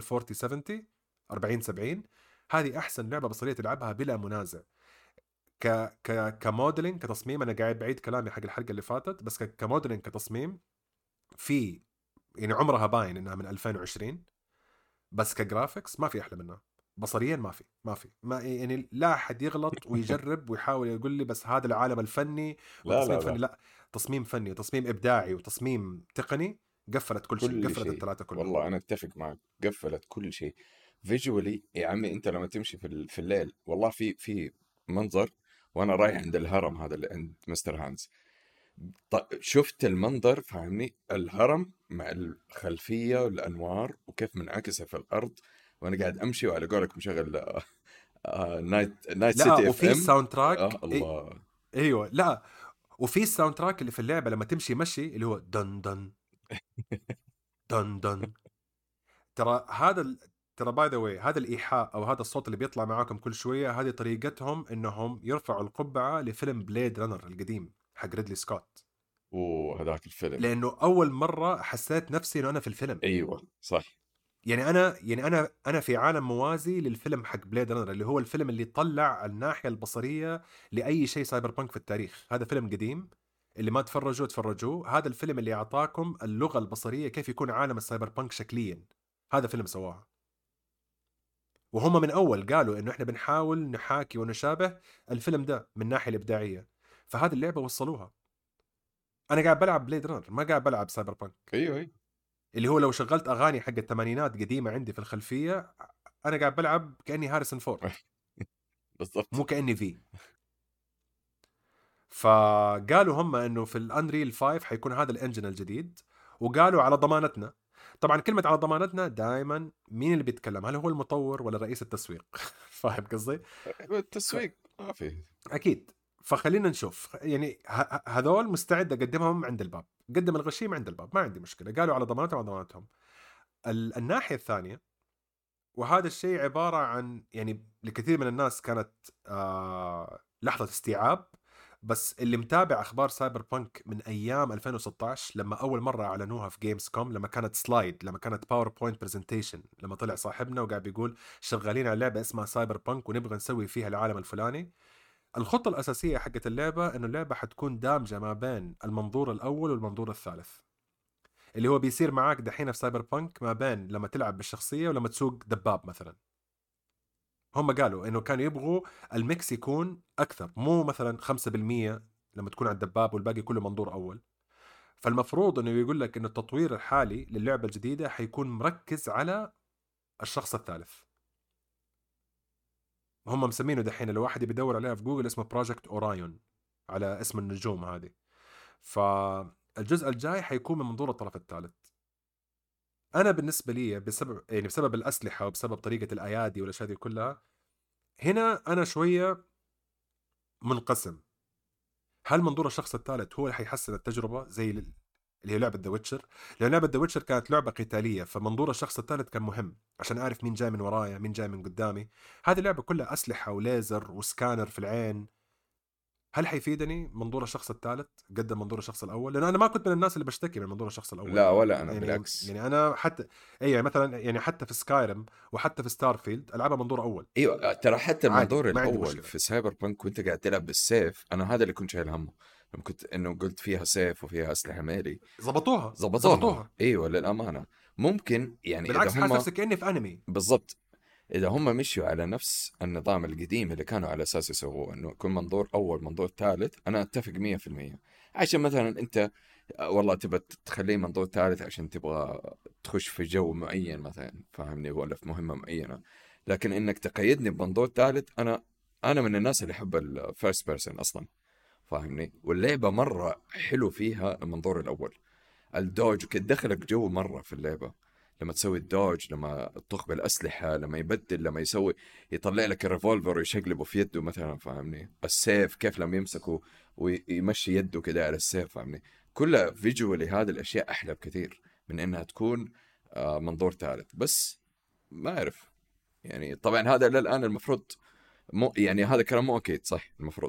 4070. هذه احسن لعبه بصريه تلعبها بلا منازع. كموديلنج كتصميم، انا قاعد بعيد كلامي حق الحلقه اللي فاتت، بس كموديلنج كتصميم في يعني عمرها باين انها من 2020. بس كجرافيكس ما في احلى منها بصريا. ما يعني لا احد يغلط ويجرب ويحاول يقول لي بس هذا العالم الفني لا وتصميم لا فني. لا، لا، تصميم فني وتصميم ابداعي وتصميم تقني قفلت كل شيء، كل قفلت شيء. الثلاثه كلهم. والله انا اتفق معك، قفلت كل شيء. فيجولي يا عمي، انت لما تمشي في الليل، والله في منظر وانا رايح عند الهرم هذا اللي عند مستر هانز. شفت المنظر، فاهمني؟ الهرم مع الخلفية والانوار وكيف منعكسة في الارض، وانا قاعد امشي وعلى قولك مشغل نايت لا، سيتي اف وفي ام. الساوند تراك الله. ايوه، لا، وفي الساوند تراك اللي في اللعبه لما تمشي مشي اللي هو دن دن دن دن. ترى باي ذا واي هذا الايحاء او هذا الصوت اللي بيطلع معاكم كل شويه هذه طريقتهم انهم يرفعوا القبعه لفيلم بليد رانر القديم حق ريدلي سكوت. وهذاك الفيلم. لانه اول مره حسيت نفسي انه انا في الفيلم. ايوه صح. يعني انا في عالم موازي للفيلم حق بليد رانر اللي هو الفيلم اللي طلع الناحيه البصريه لاي شيء سايبر بانك في التاريخ. هذا فيلم قديم، اللي ما تفرجوه. هذا الفيلم اللي اعطاكم اللغه البصريه كيف يكون عالم السايبر بانك شكليا. هذا فيلم سواها. وهم من اول قالوا انه احنا بنحاول نحاكي ونشابه الفيلم ده من الناحيه الابداعيه. فهذه اللعبه وصلوها. انا قاعد بلعب بليد رانر، ما قاعد بلعب سايبر بانك. ايوه ايوه اللي هو لو شغلت اغاني حق الثمانينات قديمه عندي في الخلفيه انا قاعد بلعب كاني هاريسون فورد، بالضبط. مو كاني في. فقالوا هم انه في الانريل 5 حيكون هذا الانجن الجديد، وقالوا على ضمانتنا. طبعا كلمه على ضمانتنا دائما مين اللي بيتكلم؟ هل هو المطور ولا رئيس التسويق؟ فاهم قصدي؟ التسويق ما في. اكيد. فخلينا نشوف يعني هذول مستعد اقدمهم عند الباب، قدم الغشيم عند الباب ما عندي مشكله. قالوا على ضمانتهم على ضمانتهم. الناحيه الثانيه، وهذا الشيء عباره عن يعني لكثير من الناس كانت لحظه استيعاب، بس اللي متابع اخبار سايبر بانك من ايام 2016 لما اول مره اعلنوها في جيمز كوم، لما كانت سلايد، لما كانت باوربوينت برزنتيشن، لما طلع صاحبنا وقاعد بيقول شغالين على لعبه اسمها سايبر بانك ونبغى نسوي فيها العالم الفلاني. الخطة الأساسية حقت اللعبة إنه اللعبة حتكون دامجة ما بين المنظور الأول والمنظور الثالث، اللي هو بيصير معاك دحين في سايبر بانك ما بين لما تلعب بالشخصية ولما تسوق دباب مثلا. هم قالوا إنه كانوا يبغوا الميكس يكون أكثر، مو مثلا 5% لما تكون على الدباب والباقي كله منظور أول. فالمفروض إنه يقول لك إنه التطوير الحالي للعبة الجديدة حيكون مركز على الشخص الثالث. هم مسمينه دحين لو واحد بيدور عليها في جوجل اسمه بروجكت أورايون على اسم النجوم هذه. فالجزء الجاي حيكون من منظور الطرف الثالث. انا بالنسبه لي بسبب الاسلحه وبسبب طريقه الايادي والاشياء دي كلها، هنا انا شويه منقسم. هل منظور الشخص الثالث هو اللي حيحسن التجربه زي اللي هي لعبه ذا ويتشر؟ لان لعبه ذا ويتشر كانت لعبه قتاليه، فمنظور الشخص الثالث كان مهم عشان اعرف مين جاي من ورايا مين جاي من قدامي. هذه اللعبه كلها اسلحه وليزر وسكانر في العين. هل حيفيدني منظور الشخص الثالث قد منظور الشخص الاول؟ لانه انا ما كنت من الناس اللي بشتكي من منظور الشخص الاول لا ترى. ولا انا، يعني بالعكس. يعني انا حتى اي مثلا يعني حتى في سكايرم وحتى في ستارفيلد العبها منظور اول ايوه ترى حتى عادي، المنظور ما عندي الاول مشكله. في سايبر بانك وانت قاعد تلعب بالسيف، انا هذا اللي كنت شايل همه لما كنت انه قلت فيها سيف وفيها اسلحه ميلي. زبطوها ضبطوها زبطوها. ايوه للامانه. ممكن يعني اذا بالعكس حاسس هم نفسي كاني في انمي. بالضبط، اذا هم مشوا على نفس النظام القديم اللي كانوا على اساس يسووه، انه يكون منظور اول منظور ثالث، انا اتفق 100%. عشان مثلا انت والله تبى تخليه منظور ثالث عشان تبغى تخش في جو معين مثلا، فاهمني، ولا في مهمة معينة. لكن انك تقيدني بمنظور ثالث، انا من الناس اللي يحب الفيرست بيرسون اصلا، فاهمني. واللعبة مرة حلو فيها المنظور الاول، الدوج وكده دخلك جو مرة في اللعبة. لما تسوي الدوج، لما تطخ بالأسلحة، لما يبدل، لما يسوي يطلع لك الريفولفر ويشقلبه في يده مثلا، فاهمني. السيف كيف لما يمسكه ويمشي يده كده على السيف، فاهمني. كلها فيجوالي هذه الأشياء أحلى بكثير من إنها تكون منظور ثالث بس. ما أعرف يعني، طبعا هذا للآن المفروض مو يعني هذا كلام مو أكيد صح المفروض.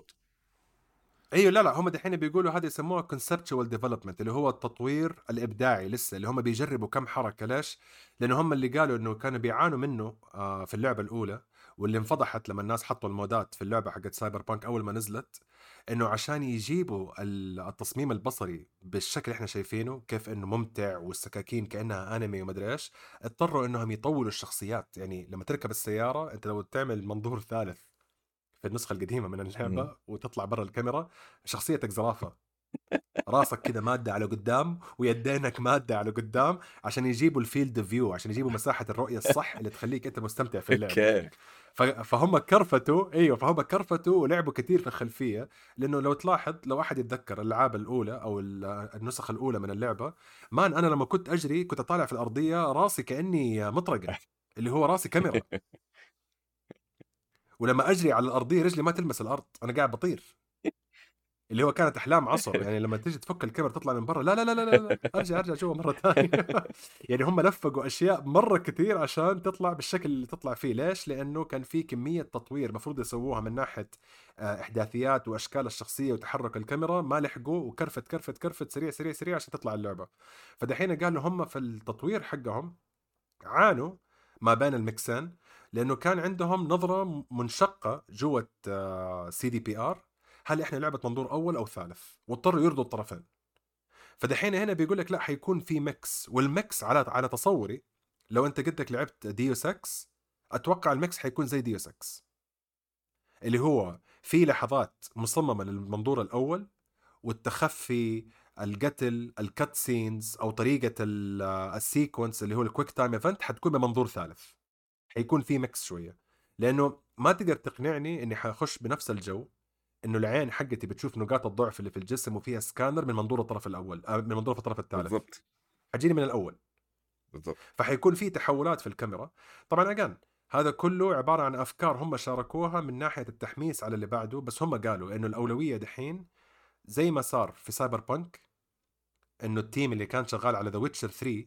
ايوه لا هم دحين بيقولوا هذا يسموها conceptual development اللي هو التطوير الابداعي، لسه اللي هم بيجربوا كم حركه. ليش؟ لانه هم اللي قالوا انه كانوا بيعانوا منه في اللعبه الاولى، واللي انفضحت لما الناس حطوا المودات في اللعبه حقت سايبر بانك اول ما نزلت، انه عشان يجيبوا التصميم البصري بالشكل اللي احنا شايفينه كيف انه ممتع والسكاكين كانها انمي ومدري ايش، اضطروا انهم يطولوا الشخصيات. يعني لما تركب السياره انت لو تعمل منظور ثالث في النسخة القديمة من مم. اللعبة وتطلع برا الكاميرا، شخصيتك زرافة، راسك كذا مادة على قدام ويدينك مادة على قدام، عشان يجيبوا الفيلد فيو، عشان يجيبوا مساحة الرؤية الصح اللي تخليك انت مستمتع في اللعبة. اوكي. فهم كرفتوا، ايوه فهم كرفتوا ولعبوا كثير في الخلفية. لانه لو تلاحظ، لو احد يتذكر الالعاب الاولى او النسخ الاولى من اللعبة، مان انا لما كنت اجري كنت اطالع في الارضية راسي كاني مطرقة، اللي هو راسي كاميرا. ولما اجري على الارضيه رجلي ما تلمس الارض، انا قاعد بطير، اللي هو كانت احلام عصر. يعني لما تيجي تفك الكاميرا تطلع من برا، لا لا لا لا لا, لا. ارجع جوا مره ثانيه. يعني هم لفقوا اشياء مره كثير عشان تطلع بالشكل اللي تطلع فيه. ليش؟ لانه كان في كميه تطوير مفروض يسووها من ناحيه احداثيات واشكال الشخصيه وتحرك الكاميرا، ما لحقوا، وكرفت كرفت كرفت سريع سريع سريع عشان تطلع اللعبه. فدحين قالوا هم في التطوير حقهم عانوا ما بين المكسين، لانه كان عندهم نظره منشقه جوه سي دي بي ار، هل احنا لعبه منظور اول او ثالث، واضطروا يرضوا الطرفين. فدحين هنا بيقول لك لا، حيكون في ميكس، والميكس على تصوري لو انت قدك لعبت ديوس اكس، اتوقع الميكس حيكون زي ديوس اكس، اللي هو في لحظات مصممه للمنظور الاول، والتخفي، القتل، الكت سينز، او طريقه السيكونس اللي هو الكويك تايم ايفنت حتكون بمنظور ثالث. حيكون في ميكس شويه، لانه ما تقدر تقنعني اني حاخش بنفس الجو انه العين حقتي بتشوف نقاط الضعف اللي في الجسم وفيها سكانر من منظور الطرف الاول، من منظور الطرف الثالث، بالضبط. حتجيني من الاول. بالضبط. فحيكون في تحولات في الكاميرا. طبعا اجان هذا كله عباره عن افكار هم شاركوها من ناحيه التحميس على اللي بعده، بس هم قالوا انه الاولويه دحين زي ما صار في سايبر بانك، انه التيم اللي كان شغال على ذا ويتشر 3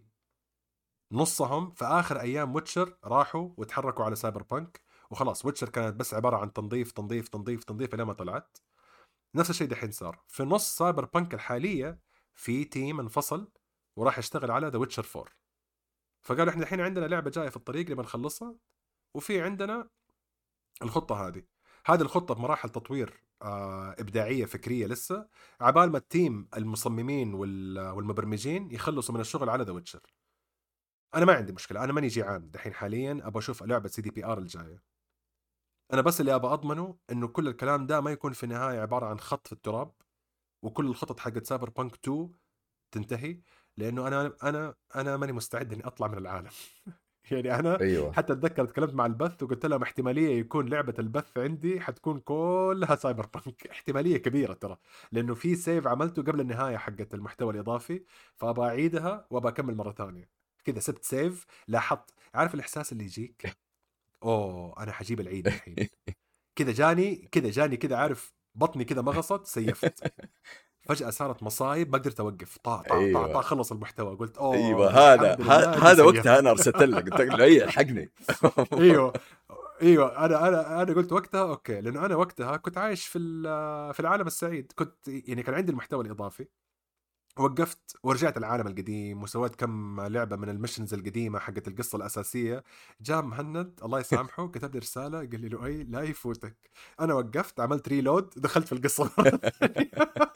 نصهم في اخر ايام ويتشر راحوا وتحركوا على سايبر بانك، وخلاص ويتشر كانت بس عباره عن تنظيف تنظيف تنظيف تنظيف لما طلعت. نفس الشيء دحين صار في نص سايبر بانك الحاليه، في تيم انفصل وراح يشتغل على ذا ويتشر 4. فقالوا احنا الحين عندنا لعبه جايه في الطريق نبغى نخلصها، وفي عندنا الخطه هذه الخطه بمراحل تطوير ابداعيه فكريه لسه، عبال ما التيم المصممين والمبرمجين يخلصوا من الشغل على ذا ويتشر. انا ما عندي مشكله، انا ماني جيعان دحين حاليا ابغى اشوف لعبه سي دي بي ار الجايه. انا بس اللي ابغى اضمنه انه كل الكلام ده ما يكون في النهايه عباره عن خط في التراب، وكل الخطط حقت سايبر بانك 2 تنتهي، لانه انا ماني مستعد اني اطلع من العالم. يعني انا ايوه. حتى اتذكر تكلمت مع البث وقلت لهم احتماليه يكون لعبه البث عندي حتكون كلها سايبر بانك، احتماليه كبيره ترى، لانه في سيف عملته قبل النهايه حقت المحتوى الاضافي، فابغى اعيدها وابغى اكمل مره ثانيه. كذا سبت سيف، لاحظت، عارف الاحساس اللي يجيك، اوه انا حجيب العيد الحين. كذا جاني كذا، عارف بطني كذا مغصت، سيفت، فجأة صارت مصايب ما قدرت اوقف، طا طا طا طا، ايوه. خلص المحتوى، قلت ايوه اوه هذا الحمد لله اني هذا وقتها سيفت. انا ارسلت لك قلت لك له ايه الحقني. ايوه ايوه انا قلت وقتها اوكي، لانه انا وقتها كنت عايش في العالم السعيد، كنت يعني كان عندي المحتوى الاضافي. وقفت ورجعت العالم القديم وسويت كم لعبه من المشنز القديمه حقت القصه الاساسيه. جاء مهند الله يسامحه كتب لي رساله قال لي لؤي لا يفوتك. انا وقفت عملت ريلود دخلت في القصه مرة ثانية.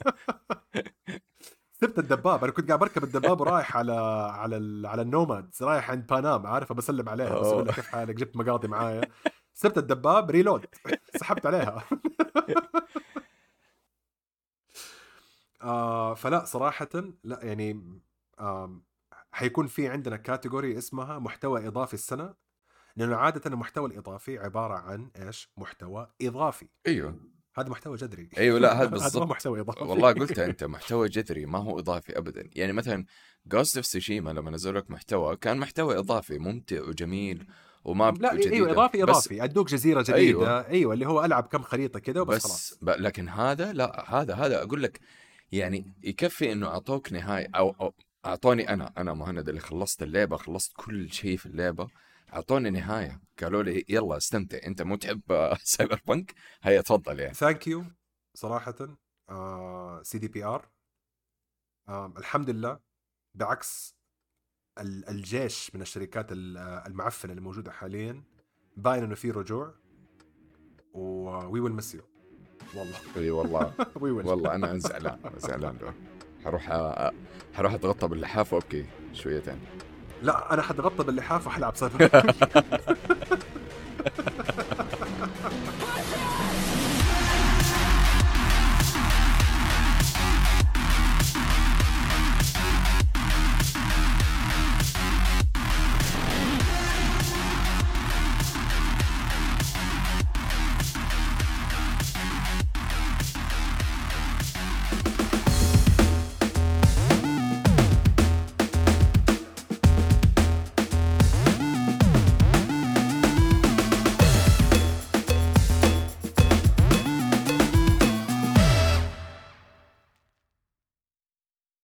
سبت الدباب، انا كنت قاعد بركب الدباب ورايح على النومادز، رايح عند بانام عارفه بسلم عليها بس اقول لها كيف حالك، جبت مقاضي معايا. سبت الدباب ريلود سحبت عليها. فلا صراحة لا يعني حيكون في عندنا كاتيجوري اسمها محتوى إضافي السنة، لأنه عادة المحتوى الإضافي عبارة عن إيش؟ محتوى إضافي. ايوه هذا محتوى جذري. ايوه، لا هذا هذا ما بالضبط. محتوى إضافي. والله قلتها انت، محتوى جذري ما هو اضافي ابدا. يعني مثلا جوست اوف سوشيما لما نزل لك محتوى كان محتوى اضافي ممتع وجميل وماب لا ايوه جديده، اضافي بس اضافي ادوك جزيره ايوه جديده، ايوه اللي هو العب كم خريطه كذا وبس بس خلاص. لكن هذا لا، هذا اقول لك يعني يكفي انه اعطوك نهايه، أو اعطوني انا مهند اللي خلصت اللعبه، خلصت كل شيء في اللعبه، اعطوني نهايه قالوا لي يلا استمتع، انت مو تحب سايبر بانك، هيا تفضل يعني. ثانك يو صراحه. سي دي بي ار الحمد لله، بعكس الجيش من الشركات المعفنه اللي موجوده حاليا، باين انه في رجوع. وي ويل مس يو والله. اي والله. وي ويل. والله انا زعلان له. حروح حروح اتغطى باللحاف وابكي شويتين. لا انا حتغطى باللحاف وحلعب سايبر.